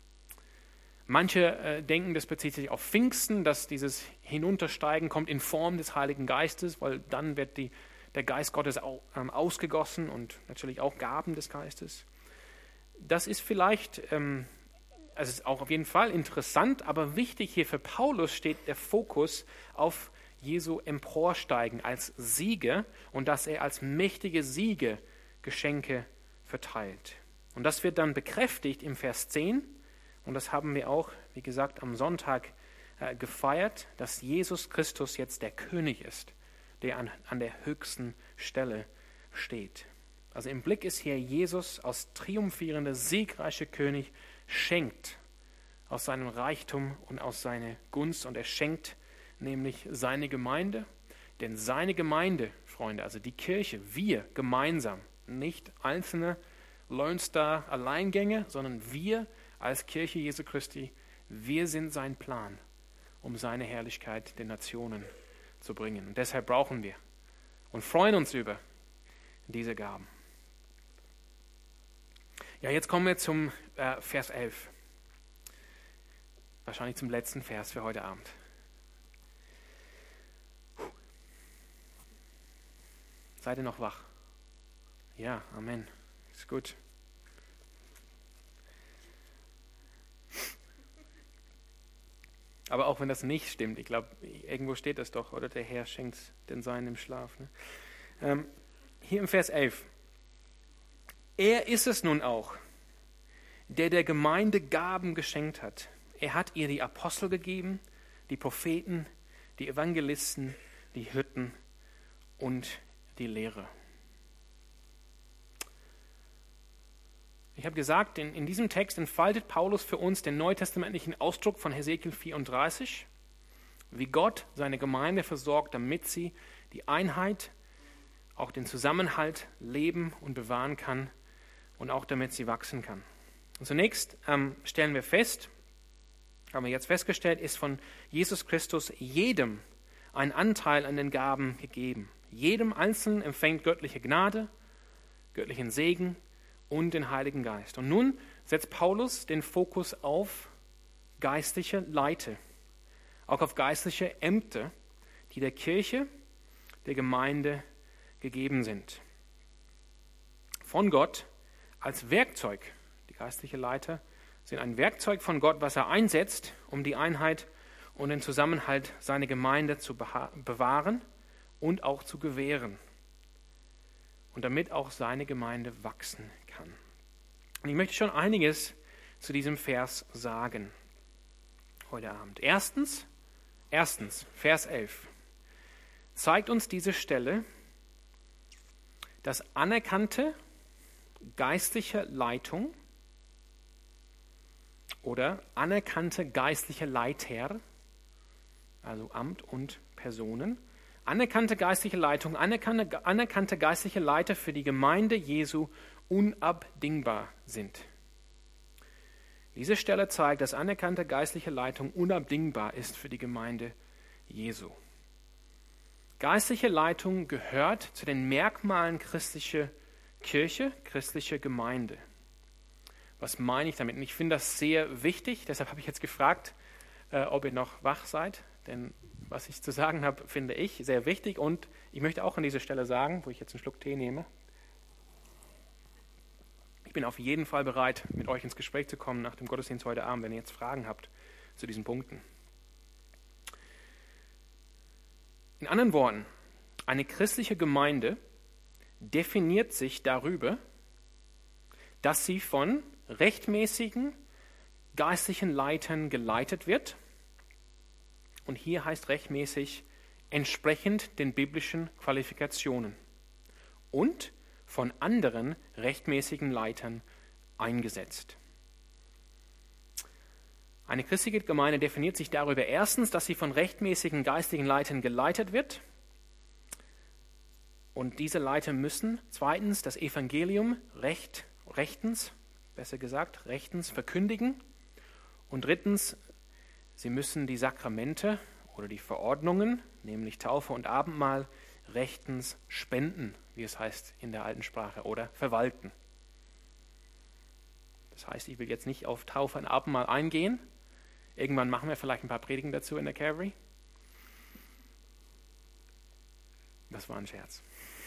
Manche äh, denken, das bezieht sich auf Pfingsten, dass dieses Hinuntersteigen kommt in Form des Heiligen Geistes, weil dann wird die, der Geist Gottes au, ähm, ausgegossen und natürlich auch Gaben des Geistes. Das ist vielleicht, ähm, also ist auch auf jeden Fall interessant, aber wichtig hier für Paulus steht der Fokus auf Jesu Emporsteigen als Siege und dass er als mächtige Siege Geschenke verteilt. Und das wird dann bekräftigt im Vers zehn. Und das haben wir auch, wie gesagt, am Sonntag äh, gefeiert, dass Jesus Christus jetzt der König ist, der an, an der höchsten Stelle steht. Also im Blick ist hier Jesus als triumphierender, siegreicher König, schenkt aus seinem Reichtum und aus seiner Gunst und er schenkt nämlich seine Gemeinde. Denn seine Gemeinde, Freunde, also die Kirche, wir gemeinsam, nicht einzelne Lone Star Alleingänge, sondern wir als Kirche Jesu Christi, wir sind sein Plan, um seine Herrlichkeit den Nationen zu bringen. Und deshalb brauchen wir und freuen uns über diese Gaben. Ja, jetzt kommen wir zum äh, Vers elf. Wahrscheinlich zum letzten Vers für heute Abend. Puh. Seid ihr noch wach? Ja, Amen. Ist gut. Aber auch wenn das nicht stimmt, ich glaube, irgendwo steht das doch, oder der Herr schenkt den Seinen im Schlaf. Ne? Ähm, hier im Vers elf. Er ist es nun auch, der der Gemeinde Gaben geschenkt hat. Er hat ihr die Apostel gegeben, die Propheten, die Evangelisten, die Hirten und die Lehrer. Ich habe gesagt, in, in diesem Text entfaltet Paulus für uns den neutestamentlichen Ausdruck von Hesekiel vierunddreißig, wie Gott seine Gemeinde versorgt, damit sie die Einheit, auch den Zusammenhalt leben und bewahren kann und auch damit sie wachsen kann. Und zunächst ähm, stellen wir fest, haben wir jetzt festgestellt, ist von Jesus Christus jedem ein Anteil an den Gaben gegeben. Jedem Einzelnen empfängt göttliche Gnade, göttlichen Segen und den Heiligen Geist. Und nun setzt Paulus den Fokus auf geistliche Leiter, auch auf geistliche Ämter, die der Kirche, der Gemeinde gegeben sind. Von Gott als Werkzeug. Die geistlichen Leiter sind ein Werkzeug von Gott, was er einsetzt, um die Einheit und den Zusammenhalt seiner Gemeinde zu bewahren und auch zu gewähren. Und damit auch seine Gemeinde wachsen kann. Und ich möchte schon einiges zu diesem Vers sagen heute Abend. Erstens, erstens, Vers elf, zeigt uns diese Stelle, dass anerkannte geistliche Leitung oder anerkannte geistliche Leiter, also Amt und Personen, anerkannte geistliche Leitung, anerkannte, anerkannte geistliche Leiter für die Gemeinde Jesu unabdingbar sind. Diese Stelle zeigt, dass anerkannte geistliche Leitung unabdingbar ist für die Gemeinde Jesu. Geistliche Leitung gehört zu den Merkmalen christlicher Kirche, christlicher Gemeinde. Was meine ich damit? Und ich finde das sehr wichtig, deshalb habe ich jetzt gefragt, äh, ob ihr noch wach seid, denn was ich zu sagen habe, finde ich sehr wichtig und ich möchte auch an dieser Stelle sagen, wo ich jetzt einen Schluck Tee nehme, ich bin auf jeden Fall bereit, mit euch ins Gespräch zu kommen nach dem Gottesdienst heute Abend, wenn ihr jetzt Fragen habt zu diesen Punkten. In anderen Worten, eine christliche Gemeinde definiert sich darüber, dass sie von rechtmäßigen geistlichen Leitern geleitet wird. Und hier heißt rechtmäßig entsprechend den biblischen Qualifikationen und von anderen rechtmäßigen Leitern eingesetzt. Eine christliche Gemeinde definiert sich darüber erstens, dass sie von rechtmäßigen geistlichen Leitern geleitet wird. Und diese Leiter müssen zweitens das Evangelium recht, rechtens, besser gesagt, rechtens verkündigen. Und drittens, sie müssen die Sakramente oder die Verordnungen, nämlich Taufe und Abendmahl, rechtens spenden, wie es heißt in der alten Sprache, oder verwalten. Das heißt, ich will jetzt nicht auf Taufe und Abendmahl eingehen. Irgendwann machen wir vielleicht ein paar Predigen dazu in der Calvary. Das war ein Scherz.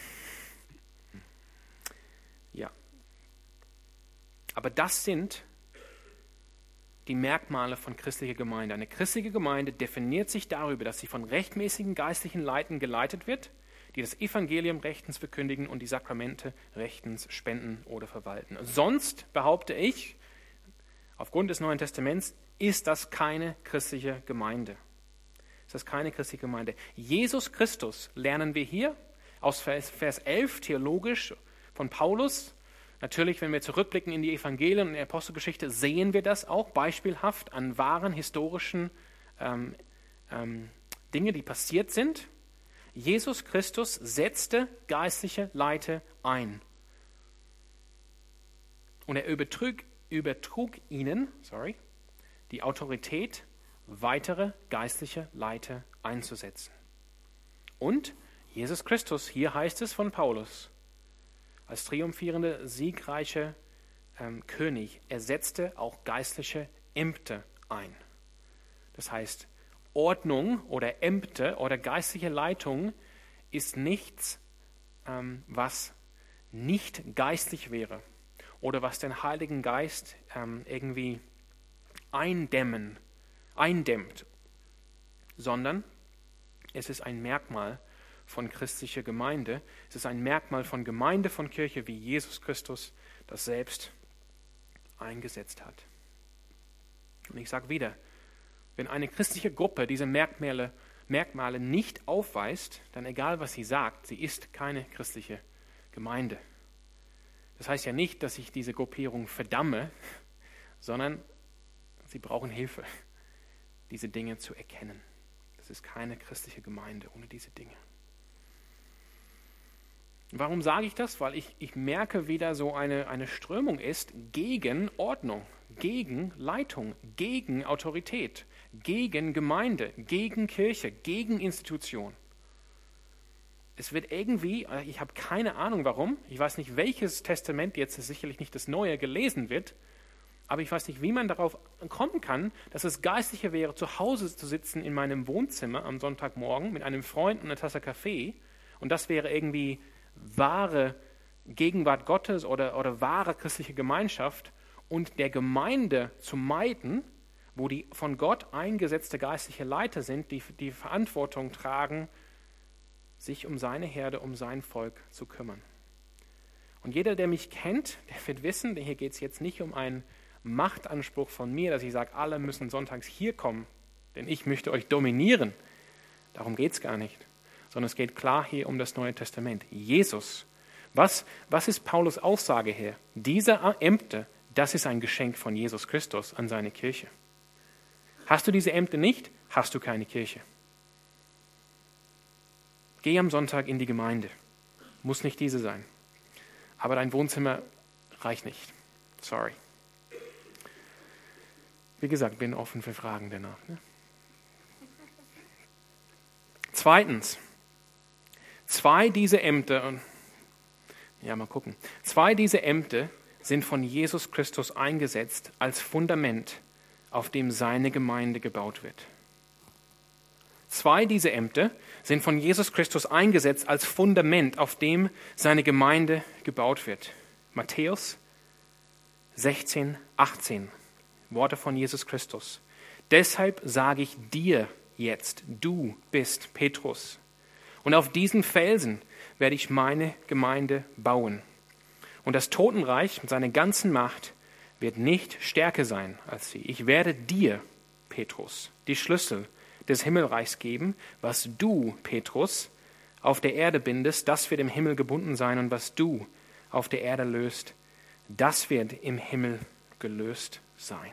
Ja. Aber das sind die Merkmale von christlicher Gemeinde. Eine christliche Gemeinde definiert sich darüber, dass sie von rechtmäßigen geistlichen Leitern geleitet wird, die das Evangelium rechtens verkündigen und die Sakramente rechtens spenden oder verwalten. Sonst, behaupte ich, aufgrund des Neuen Testaments, ist das keine christliche Gemeinde. Ist das keine christliche Gemeinde. Jesus Christus lernen wir hier aus Vers elf theologisch von Paulus. Natürlich, wenn wir zurückblicken in die Evangelien und die Apostelgeschichte, sehen wir das auch beispielhaft an wahren historischen ähm, ähm, Dinge, die passiert sind. Jesus Christus setzte geistliche Leiter ein. Und er übertrug, übertrug ihnen sorry, die Autorität, weitere geistliche Leiter einzusetzen. Und Jesus Christus, hier heißt es von Paulus, als triumphierender, siegreicher ähm, König, er setzte auch geistliche Ämter ein. Das heißt, Ordnung oder Ämter oder geistliche Leitung ist nichts, ähm, was nicht geistlich wäre oder was den Heiligen Geist ähm, irgendwie eindämmen, eindämmt, sondern es ist ein Merkmal von christlicher Gemeinde. Es ist ein Merkmal von Gemeinde, von Kirche, wie Jesus Christus das selbst eingesetzt hat. Und ich sage wieder, wenn eine christliche Gruppe diese Merkmale, Merkmale nicht aufweist, dann egal was sie sagt, sie ist keine christliche Gemeinde. Das heißt ja nicht, dass ich diese Gruppierung verdamme, sondern sie brauchen Hilfe, diese Dinge zu erkennen. Das ist keine christliche Gemeinde ohne diese Dinge. Warum sage ich das? Weil ich, ich merke, wie da so eine, eine Strömung ist gegen Ordnung, gegen Leitung, gegen Autorität, gegen Gemeinde, gegen Kirche, gegen Institution. Es wird irgendwie, ich habe keine Ahnung warum, ich weiß nicht, welches Testament jetzt sicherlich nicht das Neue gelesen wird, aber ich weiß nicht, wie man darauf kommen kann, dass es geistlicher wäre, zu Hause zu sitzen in meinem Wohnzimmer am Sonntagmorgen mit einem Freund und einer Tasse Kaffee und das wäre irgendwie wahre Gegenwart Gottes oder, oder wahre christliche Gemeinschaft und der Gemeinde zu meiden, wo die von Gott eingesetzte geistliche Leiter sind, die die Verantwortung tragen, sich um seine Herde, um sein Volk zu kümmern. Und jeder, der mich kennt, der wird wissen, hier geht es jetzt nicht um einen Machtanspruch von mir, dass ich sage, alle müssen sonntags hier kommen, denn ich möchte euch dominieren. Darum geht es gar nicht. Sondern es geht klar hier um das Neue Testament. Jesus, was, was ist Paulus Aussage hier? Diese Ämter, das ist ein Geschenk von Jesus Christus an seine Kirche. Hast du diese Ämter nicht, hast du keine Kirche. Geh am Sonntag in die Gemeinde. Muss nicht diese sein. Aber dein Wohnzimmer reicht nicht. Sorry. Wie gesagt, bin offen für Fragen danach. Ne? Zweitens. Zwei dieser Ämter, ja mal gucken, zwei dieser Ämter sind von Jesus Christus eingesetzt als Fundament, auf dem seine Gemeinde gebaut wird. Zwei dieser Ämter sind von Jesus Christus eingesetzt als Fundament, auf dem seine Gemeinde gebaut wird. Matthäus sechzehn, achtzehn, Worte von Jesus Christus. Deshalb sage ich dir jetzt, du bist Petrus. Und auf diesen Felsen werde ich meine Gemeinde bauen. Und das Totenreich mit seiner ganzen Macht wird nicht stärker sein als sie. Ich werde dir, Petrus, die Schlüssel des Himmelreichs geben. Was du, Petrus, auf der Erde bindest, das wird im Himmel gebunden sein. Und was du auf der Erde löst, das wird im Himmel gelöst sein.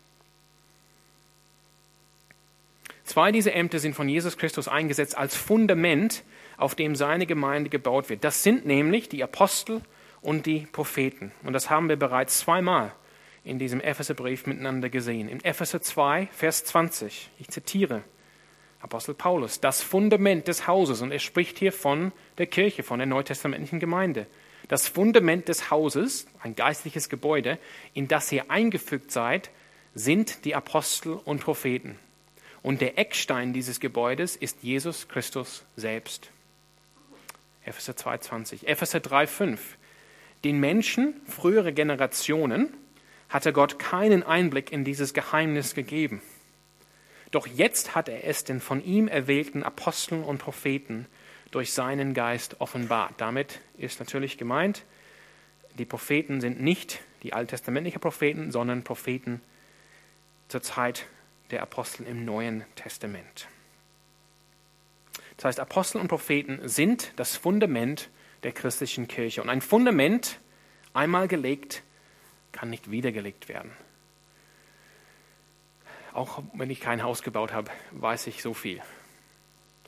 Zwei dieser Ämter sind von Jesus Christus eingesetzt als Fundament, auf dem seine Gemeinde gebaut wird. Das sind nämlich die Apostel und die Propheten. Und das haben wir bereits zweimal in diesem Epheserbrief miteinander gesehen. In Epheser zwei, Vers zwanzig, ich zitiere Apostel Paulus, das Fundament des Hauses, und er spricht hier von der Kirche, von der neutestamentlichen Gemeinde. Das Fundament des Hauses, ein geistliches Gebäude, in das ihr eingefügt seid, sind die Apostel und Propheten. Und der Eckstein dieses Gebäudes ist Jesus Christus selbst. Epheser zwei, zwanzig. Epheser drei, fünf. Den Menschen, frühere Generationen, hatte Gott keinen Einblick in dieses Geheimnis gegeben. Doch jetzt hat er es den von ihm erwählten Aposteln und Propheten durch seinen Geist offenbart. Damit ist natürlich gemeint, die Propheten sind nicht die alttestamentlichen Propheten, sondern Propheten zur Zeit der Apostel im Neuen Testament. Das heißt, Apostel und Propheten sind das Fundament der christlichen Kirche. Und ein Fundament, einmal gelegt, kann nicht wiedergelegt werden. Auch wenn ich kein Haus gebaut habe, weiß ich so viel.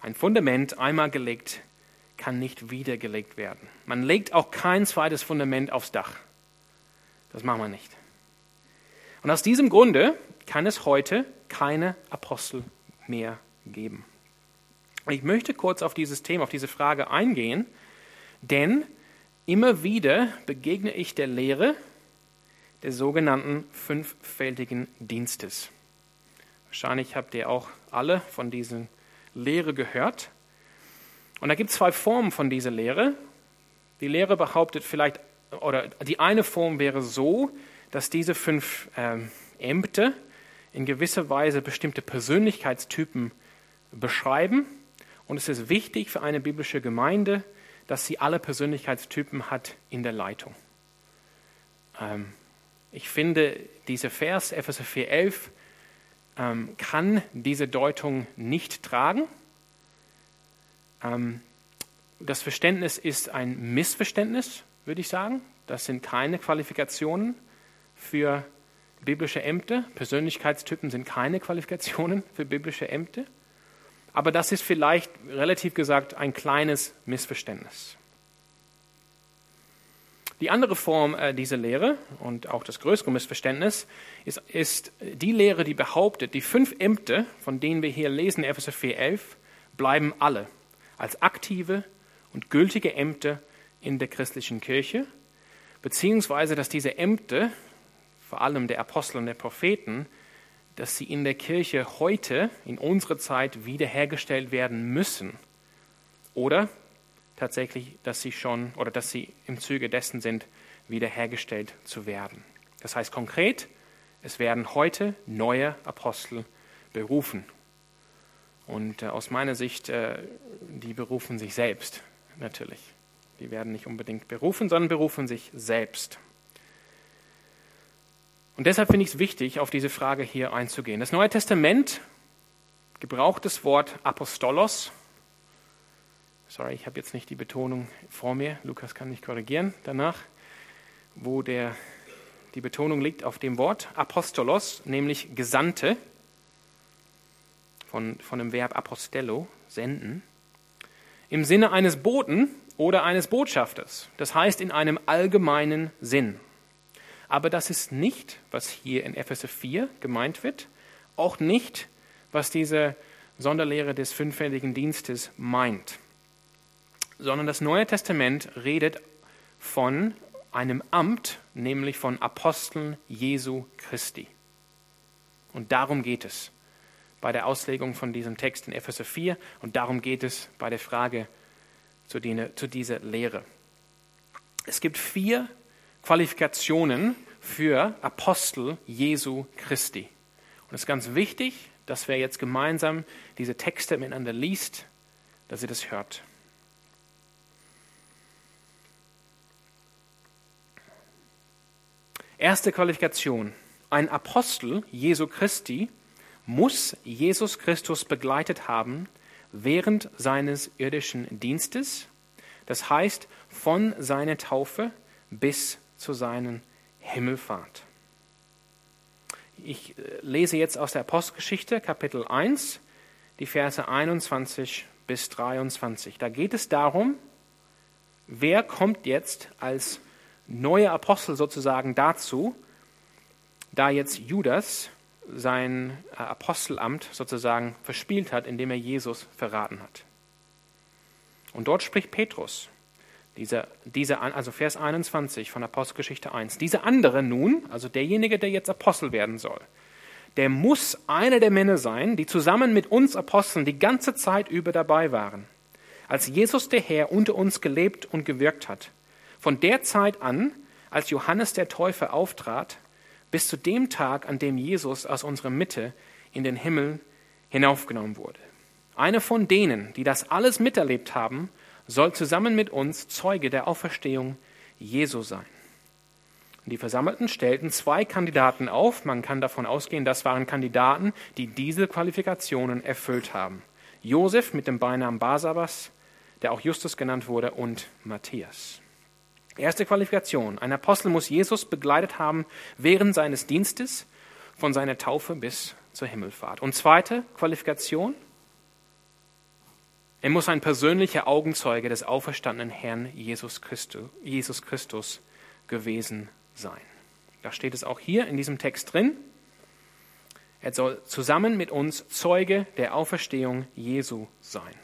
Ein Fundament, einmal gelegt, kann nicht wieder gelegt werden. Man legt auch kein zweites Fundament aufs Dach. Das machen wir nicht. Und aus diesem Grunde kann es heute keine Apostel mehr geben. Ich möchte kurz auf dieses Thema, auf diese Frage eingehen, denn immer wieder begegne ich der Lehre des sogenannten fünffältigen Dienstes. Wahrscheinlich habt ihr auch alle von dieser Lehre gehört. Und da gibt es zwei Formen von dieser Lehre. Die Lehre behauptet vielleicht, oder die eine Form wäre so, dass diese fünf ähm, Ämter in gewisser Weise bestimmte Persönlichkeitstypen beschreiben. Und es ist wichtig für eine biblische Gemeinde, dass sie alle Persönlichkeitstypen hat in der Leitung. Ähm, ich finde, dieser Vers, Epheser vier elf, ähm, kann diese Deutung nicht tragen. Ähm, das Verständnis ist ein Missverständnis, würde ich sagen. Das sind keine Qualifikationen für biblische Ämter. Persönlichkeitstypen sind keine Qualifikationen für biblische Ämter. Aber das ist vielleicht, relativ gesagt, ein kleines Missverständnis. Die andere Form äh, dieser Lehre und auch das größere Missverständnis ist, ist die Lehre, die behauptet, die fünf Ämter, von denen wir hier lesen, Epheser vier elf, bleiben alle als aktive und gültige Ämter in der christlichen Kirche, beziehungsweise dass diese Ämter, vor allem der Apostel und der Propheten, dass sie in der Kirche heute, in unserer Zeit, wiederhergestellt werden müssen. Oder tatsächlich, dass sie schon, oder dass sie im Zuge dessen sind, wiederhergestellt zu werden. Das heißt konkret, es werden heute neue Apostel berufen. Und äh, aus meiner Sicht, äh, die berufen sich selbst, natürlich. Die werden nicht unbedingt berufen, sondern berufen sich selbst. Und deshalb finde ich es wichtig, auf diese Frage hier einzugehen. Das Neue Testament gebraucht das Wort Apostolos. Sorry, ich habe jetzt nicht die Betonung vor mir. Lukas kann mich korrigieren danach, wo der, die Betonung liegt auf dem Wort Apostolos, nämlich Gesandte, von, von dem Verb apostello, senden, im Sinne eines Boten oder eines Botschafters. Das heißt in einem allgemeinen Sinn. Aber das ist nicht, was hier in Epheser vier gemeint wird, auch nicht, was diese Sonderlehre des fünffältigen Dienstes meint, sondern das Neue Testament redet von einem Amt, nämlich von Aposteln Jesu Christi. Und darum geht es bei der Auslegung von diesem Text in Epheser vier und darum geht es bei der Frage zu, die, zu dieser Lehre. Es gibt vier Qualifikationen für Apostel Jesu Christi. Und es ist ganz wichtig, dass wer jetzt gemeinsam diese Texte miteinander liest, dass ihr das hört. Erste Qualifikation. Ein Apostel Jesu Christi muss Jesus Christus begleitet haben während seines irdischen Dienstes, das heißt von seiner Taufe bis zu seiner Himmelfahrt. Ich lese jetzt aus der Apostelgeschichte, Kapitel eins, die Verse einundzwanzig bis dreiundzwanzig. Da geht es darum, wer kommt jetzt als neuer Apostel sozusagen dazu, da jetzt Judas sein Apostelamt sozusagen verspielt hat, indem er Jesus verraten hat. Und dort spricht Petrus. Dieser, dieser, also Vers einundzwanzig von Apostelgeschichte eins. Dieser andere nun, also derjenige, der jetzt Apostel werden soll, der muss einer der Männer sein, die zusammen mit uns Aposteln die ganze Zeit über dabei waren, als Jesus der Herr unter uns gelebt und gewirkt hat. Von der Zeit an, als Johannes der Täufer auftrat, bis zu dem Tag, an dem Jesus aus unserer Mitte in den Himmel hinaufgenommen wurde. Einer von denen, die das alles miterlebt haben, soll zusammen mit uns Zeuge der Auferstehung Jesu sein. Und die Versammelten stellten zwei Kandidaten auf. Man kann davon ausgehen, das waren Kandidaten, die diese Qualifikationen erfüllt haben. Josef mit dem Beinamen Barsabas, der auch Justus genannt wurde, und Matthias. Erste Qualifikation. Ein Apostel muss Jesus begleitet haben während seines Dienstes, von seiner Taufe bis zur Himmelfahrt. Und zweite Qualifikation. Er muss ein persönlicher Augenzeuge des auferstandenen Herrn Jesus Christus, Jesus Christus gewesen sein. Da steht es auch hier in diesem Text drin. Er soll zusammen mit uns Zeuge der Auferstehung Jesu sein.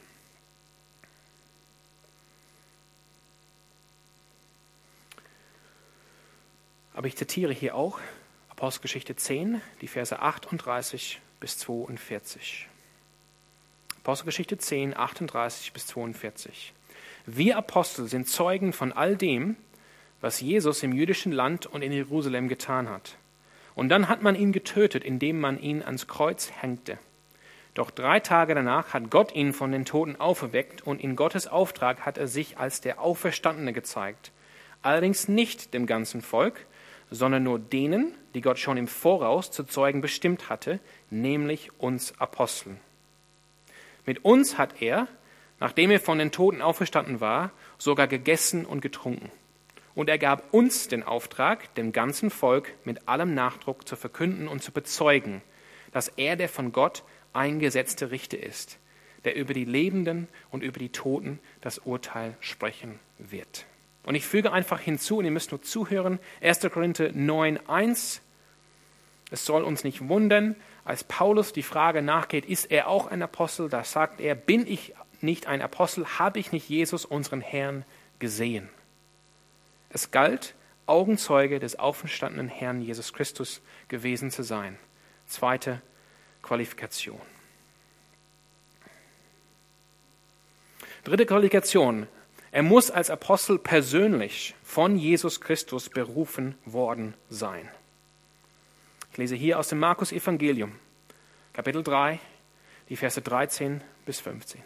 Aber ich zitiere hier auch Apostelgeschichte zehn, die Verse achtunddreißig bis zweiundvierzig. Apostelgeschichte zehn, achtunddreißig bis zweiundvierzig. Wir Apostel sind Zeugen von all dem, was Jesus im jüdischen Land und in Jerusalem getan hat. Und dann hat man ihn getötet, indem man ihn ans Kreuz hängte. Doch drei Tage danach hat Gott ihn von den Toten auferweckt und in Gottes Auftrag hat er sich als der Auferstandene gezeigt. Allerdings nicht dem ganzen Volk, sondern nur denen, die Gott schon im Voraus zu Zeugen bestimmt hatte, nämlich uns Aposteln. Mit uns hat er, nachdem er von den Toten auferstanden war, sogar gegessen und getrunken. Und er gab uns den Auftrag, dem ganzen Volk mit allem Nachdruck zu verkünden und zu bezeugen, dass er der von Gott eingesetzte Richter ist, der über die Lebenden und über die Toten das Urteil sprechen wird. Und ich füge einfach hinzu, und ihr müsst nur zuhören, erster Korinther neun, eins. Es soll uns nicht wundern, als Paulus die Frage nachgeht, ist er auch ein Apostel? Da sagt er, bin ich nicht ein Apostel? Habe ich nicht Jesus, unseren Herrn, gesehen? Es galt, Augenzeuge des auferstandenen Herrn Jesus Christus gewesen zu sein. Zweite Qualifikation. Dritte Qualifikation. Er muss als Apostel persönlich von Jesus Christus berufen worden sein. Ich lese hier aus dem Markus-Evangelium, Kapitel drei, die Verse dreizehn bis fünfzehn.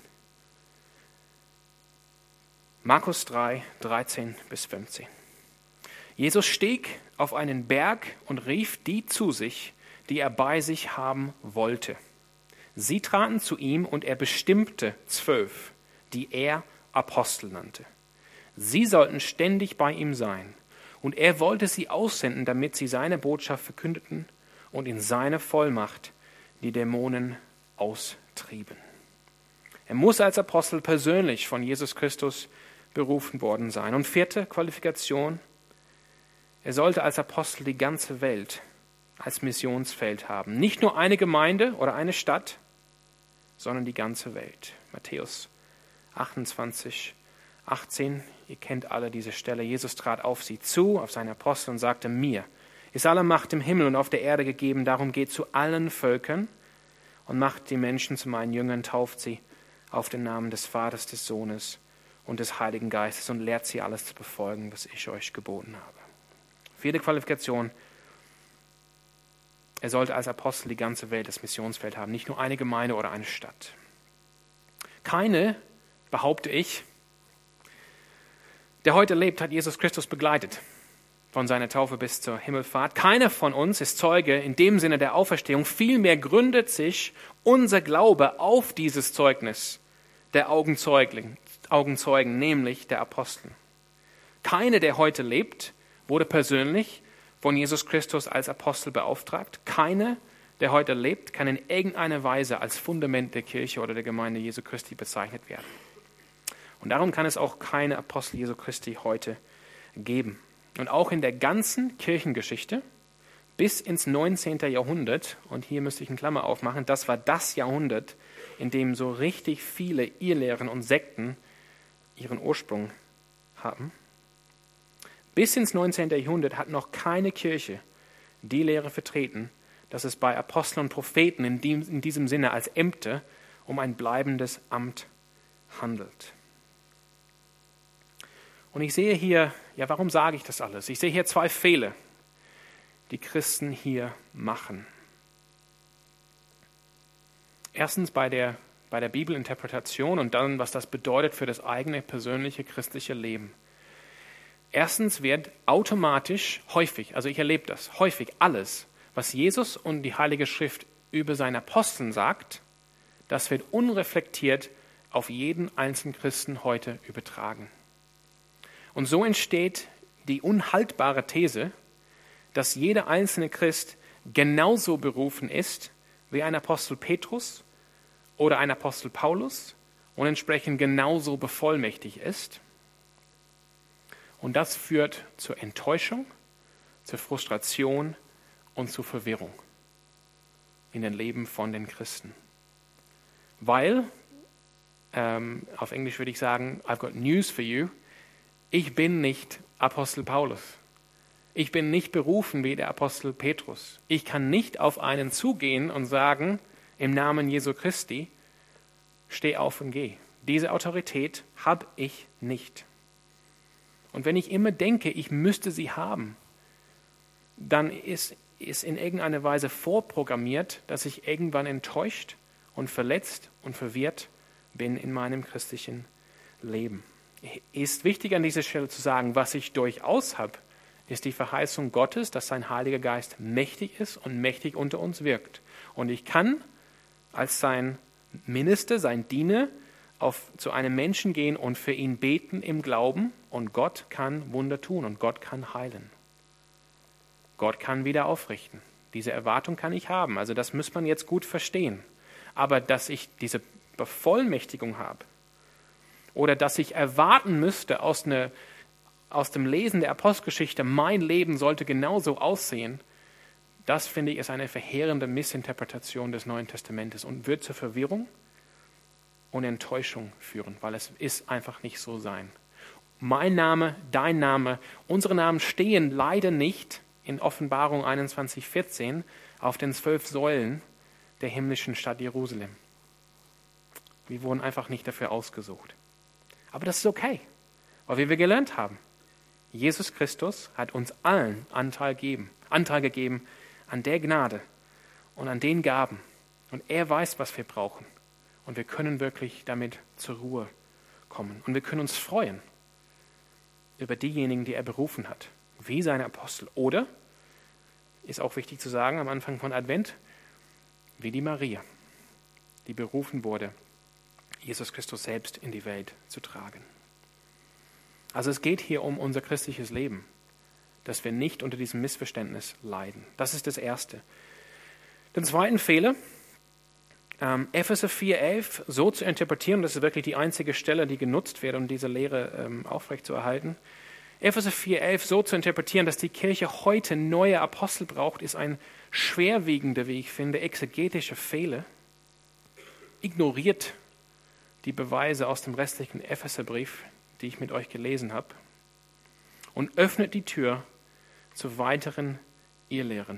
Markus drei, dreizehn bis fünfzehn. Jesus stieg auf einen Berg und rief die zu sich, die er bei sich haben wollte. Sie traten zu ihm und er bestimmte zwölf, die er Apostel nannte. Sie sollten ständig bei ihm sein und er wollte sie aussenden, damit sie seine Botschaft verkündeten und in seine Vollmacht die Dämonen austrieben. Er muss als Apostel persönlich von Jesus Christus berufen worden sein. Und vierte Qualifikation, er sollte als Apostel die ganze Welt als Missionsfeld haben. Nicht nur eine Gemeinde oder eine Stadt, sondern die ganze Welt. Matthäus achtundzwanzig, achtzehn, ihr kennt alle diese Stelle. Jesus trat auf sie zu, auf seine Apostel und sagte, mir ist alle Macht im Himmel und auf der Erde gegeben, darum geht zu allen Völkern und macht die Menschen zu meinen Jüngern, tauft sie auf den Namen des Vaters, des Sohnes und des Heiligen Geistes und lehrt sie alles zu befolgen, was ich euch geboten habe. Vierte Qualifikation, er sollte als Apostel die ganze Welt als Missionsfeld haben, nicht nur eine Gemeinde oder eine Stadt. Keine, behaupte ich, der heute lebt, hat Jesus Christus begleitet, von seiner Taufe bis zur Himmelfahrt. Keiner von uns ist Zeuge in dem Sinne der Auferstehung. Vielmehr gründet sich unser Glaube auf dieses Zeugnis der Augenzeugen, Augenzeugen, nämlich der Apostel. Keiner, der heute lebt, wurde persönlich von Jesus Christus als Apostel beauftragt. Keiner, der heute lebt, kann in irgendeiner Weise als Fundament der Kirche oder der Gemeinde Jesu Christi bezeichnet werden. Und darum kann es auch keine Apostel Jesu Christi heute geben. Und auch in der ganzen Kirchengeschichte bis ins neunzehnten Jahrhundert, und hier müsste ich eine Klammer aufmachen, das war das Jahrhundert, in dem so richtig viele Irrlehren und Sekten ihren Ursprung haben. Bis ins neunzehnten Jahrhundert hat noch keine Kirche die Lehre vertreten, dass es bei Aposteln und Propheten in, dem, in diesem Sinne als Ämter um ein bleibendes Amt handelt. Und ich sehe hier, ja, warum sage ich das alles? Ich sehe hier zwei Fehler, die Christen hier machen. Erstens bei der, bei der Bibelinterpretation und dann, was das bedeutet für das eigene persönliche christliche Leben. Erstens wird automatisch häufig, also ich erlebe das, häufig alles, was Jesus und die Heilige Schrift über seine Aposteln sagt, das wird unreflektiert auf jeden einzelnen Christen heute übertragen. Und so entsteht die unhaltbare These, dass jeder einzelne Christ genauso berufen ist wie ein Apostel Petrus oder ein Apostel Paulus und entsprechend genauso bevollmächtigt ist. Und das führt zur Enttäuschung, zur Frustration und zur Verwirrung in den Leben von den Christen. Weil, ähm, auf Englisch würde ich sagen, I've got news for you, ich bin nicht Apostel Paulus. Ich bin nicht berufen wie der Apostel Petrus. Ich kann nicht auf einen zugehen und sagen, im Namen Jesu Christi, steh auf und geh. Diese Autorität habe ich nicht. Und wenn ich immer denke, ich müsste sie haben, dann ist es in irgendeiner Weise vorprogrammiert, dass ich irgendwann enttäuscht und verletzt und verwirrt bin in meinem christlichen Leben. Ist wichtig an dieser Stelle zu sagen, was ich durchaus habe, ist die Verheißung Gottes, dass sein Heiliger Geist mächtig ist und mächtig unter uns wirkt. Und ich kann als sein Minister, sein Diener, auf, zu einem Menschen gehen und für ihn beten im Glauben und Gott kann Wunder tun und Gott kann heilen. Gott kann wieder aufrichten. Diese Erwartung kann ich haben. Also das muss man jetzt gut verstehen. Aber dass ich diese Bevollmächtigung habe oder dass ich erwarten müsste aus, eine, aus dem Lesen der Apostelgeschichte, mein Leben sollte genauso aussehen, das finde ich ist eine verheerende Missinterpretation des Neuen Testamentes und wird zur Verwirrung und Enttäuschung führen, weil es ist einfach nicht so sein. Mein Name, dein Name, unsere Namen stehen leider nicht in Offenbarung einundzwanzig vierzehn auf den zwölf Säulen der himmlischen Stadt Jerusalem. Wir wurden einfach nicht dafür ausgesucht. Aber das ist okay, weil wie wir gelernt haben, Jesus Christus hat uns allen Anteil gegeben, Anteil gegeben an der Gnade und an den Gaben. Und er weiß, was wir brauchen. Und wir können wirklich damit zur Ruhe kommen. Und wir können uns freuen über diejenigen, die er berufen hat, wie seine Apostel. Oder, ist auch wichtig zu sagen am Anfang von Advent, wie die Maria, die berufen wurde, Jesus Christus selbst in die Welt zu tragen. Also es geht hier um unser christliches Leben, dass wir nicht unter diesem Missverständnis leiden. Das ist das Erste. Den zweiten Fehler, ähm, Epheser vier elf so zu interpretieren, das ist wirklich die einzige Stelle, die genutzt wird, um diese Lehre ähm, aufrechtzuerhalten. Epheser vier elf so zu interpretieren, dass die Kirche heute neue Apostel braucht, ist ein schwerwiegender, wie ich finde, exegetischer Fehler. Ignoriert die Beweise aus dem restlichen Epheserbrief, die ich mit euch gelesen habe, und öffnet die Tür zu weiteren Irrlehren.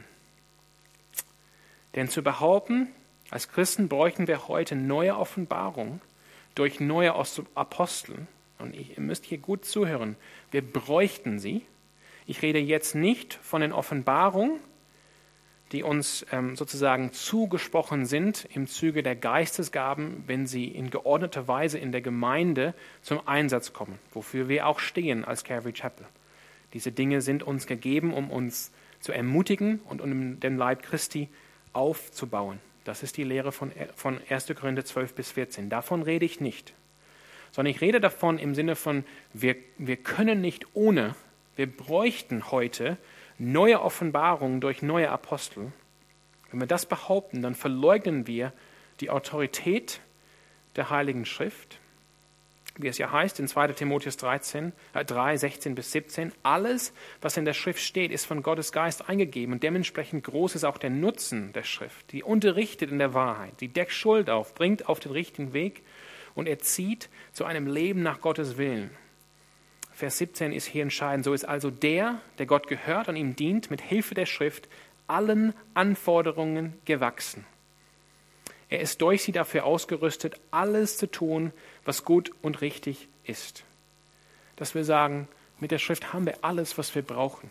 Denn zu behaupten, als Christen bräuchten wir heute neue Offenbarung durch neue Apostel, und ihr müsst hier gut zuhören, wir bräuchten sie. Ich rede jetzt nicht von den Offenbarungen, die uns ähm, sozusagen zugesprochen sind im Zuge der Geistesgaben, wenn sie in geordneter Weise in der Gemeinde zum Einsatz kommen, wofür wir auch stehen als Calvary Chapel. Diese Dinge sind uns gegeben, um uns zu ermutigen und um den Leib Christi aufzubauen. Das ist die Lehre von, von erster Korinther zwölf bis vierzehn. Davon rede ich nicht. Sondern ich rede davon im Sinne von, wir, wir können nicht ohne, wir bräuchten heute neue Offenbarungen durch neue Apostel. Wenn wir das behaupten, dann verleugnen wir die Autorität der Heiligen Schrift. Wie es ja heißt in zweiter Timotheus dreizehn, äh, drei, sechzehn bis siebzehn, alles, was in der Schrift steht, ist von Gottes Geist eingegeben und dementsprechend groß ist auch der Nutzen der Schrift. Die unterrichtet in der Wahrheit, die deckt Schuld auf, bringt auf den richtigen Weg und erzieht zu einem Leben nach Gottes Willen. Vers siebzehn ist hier entscheidend. So ist also der, der Gott gehört und ihm dient, mit Hilfe der Schrift allen Anforderungen gewachsen. Er ist durch sie dafür ausgerüstet, alles zu tun, was gut und richtig ist. Dass wir sagen, mit der Schrift haben wir alles, was wir brauchen.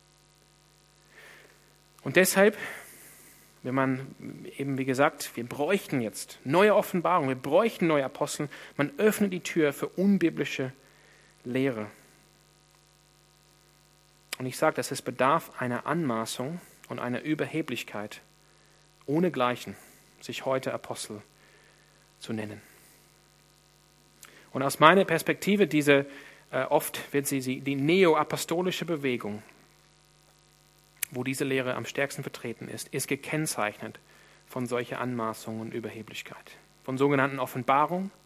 Und deshalb, wenn man eben, wie gesagt, wir bräuchten jetzt neue Offenbarungen, wir bräuchten neue Apostel, man öffnet die Tür für unbiblische Lehre. Und ich sage, dass es bedarf einer Anmaßung und einer Überheblichkeit ohnegleichen, sich heute Apostel zu nennen. Und aus meiner Perspektive, diese äh, oft wird sie, sie die neoapostolische Bewegung, wo diese Lehre am stärksten vertreten ist, ist gekennzeichnet von solcher Anmaßung und Überheblichkeit. Von sogenannten Offenbarung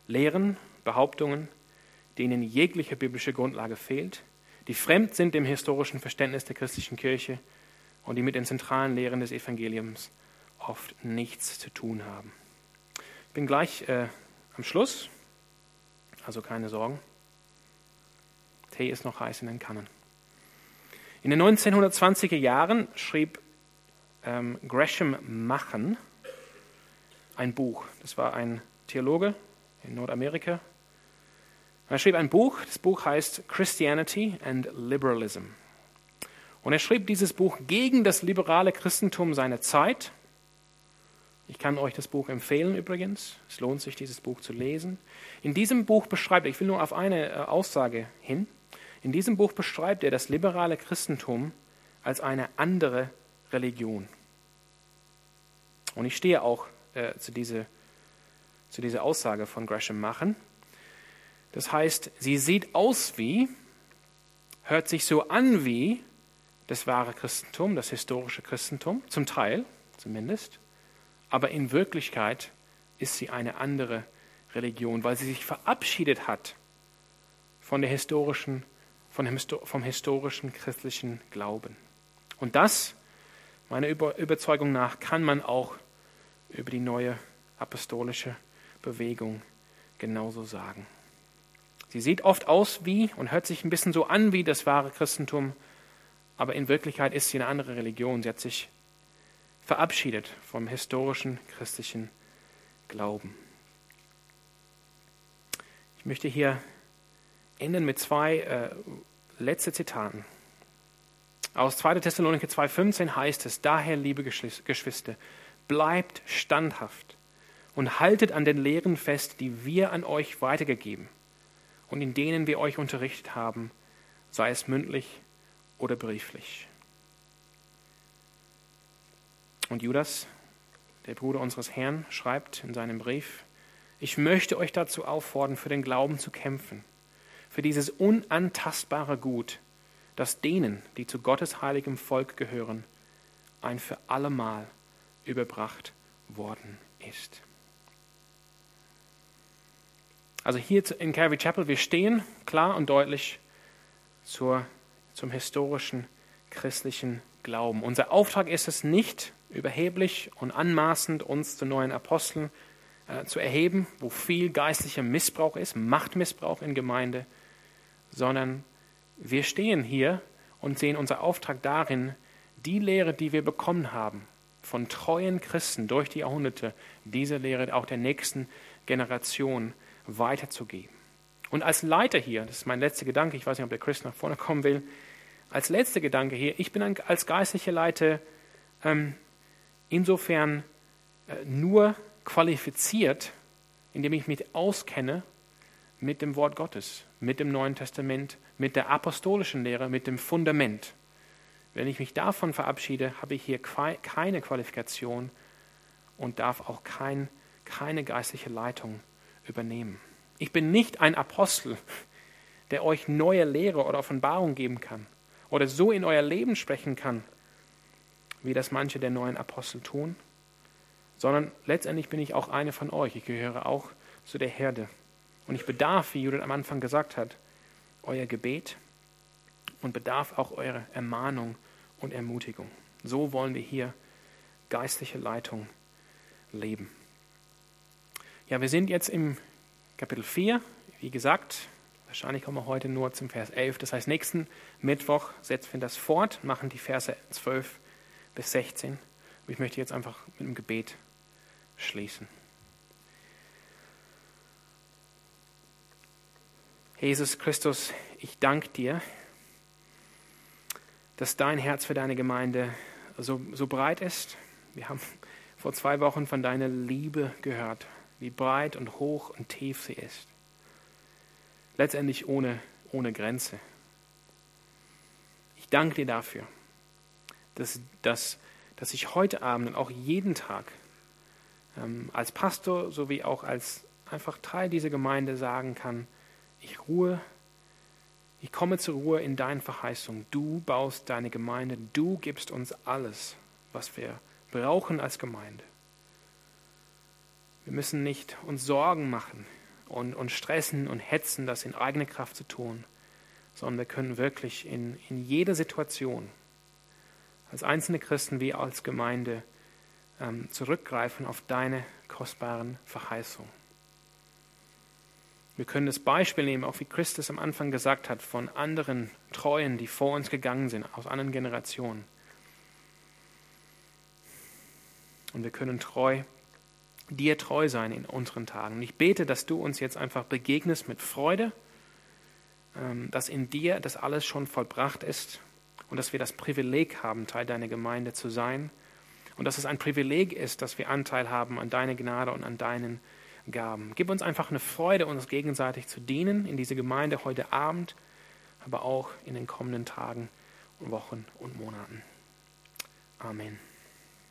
Lehren, Behauptungen, denen jegliche biblische Grundlage fehlt, die fremd sind dem historischen Verständnis der christlichen Kirche und die mit den zentralen Lehren des Evangeliums oft nichts zu tun haben. Ich bin gleich äh, am Schluss, also keine Sorgen. Tee ist noch heiß in den Kannen. In den neunzehnhundertzwanziger Jahren schrieb ähm, Gresham Machen ein Buch. Das war ein Theologe in Nordamerika. Er schrieb ein Buch, das Buch heißt Christianity and Liberalism. Und er schrieb dieses Buch gegen das liberale Christentum seiner Zeit. Ich kann euch das Buch empfehlen übrigens. Es lohnt sich, dieses Buch zu lesen. In diesem Buch beschreibt er, ich will nur auf eine Aussage hin, in diesem Buch beschreibt er das liberale Christentum als eine andere Religion. Und ich stehe auch äh, zu, diese, zu dieser Aussage von Gresham Machen. Das heißt, sie sieht aus wie, hört sich so an wie das wahre Christentum, das historische Christentum, zum Teil zumindest, aber in Wirklichkeit ist sie eine andere Religion, weil sie sich verabschiedet hat von der historischen, von dem, vom historischen christlichen Glauben. Und das, meiner Überzeugung nach, kann man auch über die neue apostolische Bewegung genauso sagen. Sie sieht oft aus wie und hört sich ein bisschen so an wie das wahre Christentum, aber in Wirklichkeit ist sie eine andere Religion. Sie hat sich verabschiedet vom historischen christlichen Glauben. Ich möchte hier enden mit zwei äh, letzte Zitaten. Aus zweiter Thessalonicher zwei fünfzehn heißt es: Daher, liebe Geschwister, bleibt standhaft und haltet an den Lehren fest, die wir an euch weitergegeben und in denen wir euch unterrichtet haben, sei es mündlich oder brieflich. Und Judas, der Bruder unseres Herrn, schreibt in seinem Brief: Ich möchte euch dazu auffordern, für den Glauben zu kämpfen, für dieses unantastbare Gut, das denen, die zu Gottes heiligem Volk gehören, ein für allemal überbracht worden ist. Also hier in Calvary Chapel, wir stehen klar und deutlich zur, zum historischen christlichen Glauben. Unser Auftrag ist es nicht, überheblich und anmaßend uns zu neuen Aposteln äh, zu erheben, wo viel geistlicher Missbrauch ist, Machtmissbrauch in Gemeinde, sondern wir stehen hier und sehen unser Auftrag darin, die Lehre, die wir bekommen haben, von treuen Christen durch die Jahrhunderte, diese Lehre auch der nächsten Generation weiterzugeben. Und als Leiter hier, das ist mein letzter Gedanke, ich weiß nicht, ob der Chris nach vorne kommen will, als letzter Gedanke hier, ich bin ein, als geistlicher Leiter ähm, insofern äh, nur qualifiziert, indem ich mich auskenne mit dem Wort Gottes, mit dem Neuen Testament, mit der apostolischen Lehre, mit dem Fundament. Wenn ich mich davon verabschiede, habe ich hier keine Qualifikation und darf auch kein, keine geistliche Leitung übernehmen. Ich bin nicht ein Apostel, der euch neue Lehre oder Offenbarung geben kann oder so in euer Leben sprechen kann, wie das manche der neuen Apostel tun, sondern letztendlich bin ich auch eine von euch. Ich gehöre auch zu der Herde. Und ich bedarf, wie Judith am Anfang gesagt hat, euer Gebet und bedarf auch eurer Ermahnung und Ermutigung. So wollen wir hier geistliche Leitung leben. Ja, wir sind jetzt im Kapitel vier. Wie gesagt, wahrscheinlich kommen wir heute nur zum Vers elf. Das heißt, nächsten Mittwoch setzen wir das fort, machen die Verse zwölf bis sechzehn. Und ich möchte jetzt einfach mit einem Gebet schließen. Jesus Christus, ich danke dir, dass dein Herz für deine Gemeinde so, so breit ist. Wir haben vor zwei Wochen von deiner Liebe gehört, wie breit und hoch und tief sie ist. Letztendlich ohne, ohne Grenze. Ich danke dir dafür, dass, dass, dass ich heute Abend und auch jeden Tag ähm, als Pastor sowie auch als einfach Teil dieser Gemeinde sagen kann, ich ruhe, ich komme zur Ruhe in deinen Verheißungen. Du baust deine Gemeinde, du gibst uns alles, was wir brauchen als Gemeinde. Wir müssen nicht uns Sorgen machen und, und stressen und hetzen, das in eigener Kraft zu tun, sondern wir können wirklich in, in jeder Situation, als einzelne Christen wie als Gemeinde, ähm, zurückgreifen auf deine kostbaren Verheißungen. Wir können das Beispiel nehmen, auch wie Christus am Anfang gesagt hat, von anderen Treuen, die vor uns gegangen sind, aus anderen Generationen. Und wir können treu, dir treu sein in unseren Tagen. Und ich bete, dass du uns jetzt einfach begegnest mit Freude, dass in dir das alles schon vollbracht ist und dass wir das Privileg haben, Teil deiner Gemeinde zu sein. Und dass es ein Privileg ist, dass wir Anteil haben an deiner Gnade und an deinen Gaben. Gib uns einfach eine Freude, uns gegenseitig zu dienen in dieser Gemeinde heute Abend, aber auch in den kommenden Tagen und Wochen und Monaten. Amen.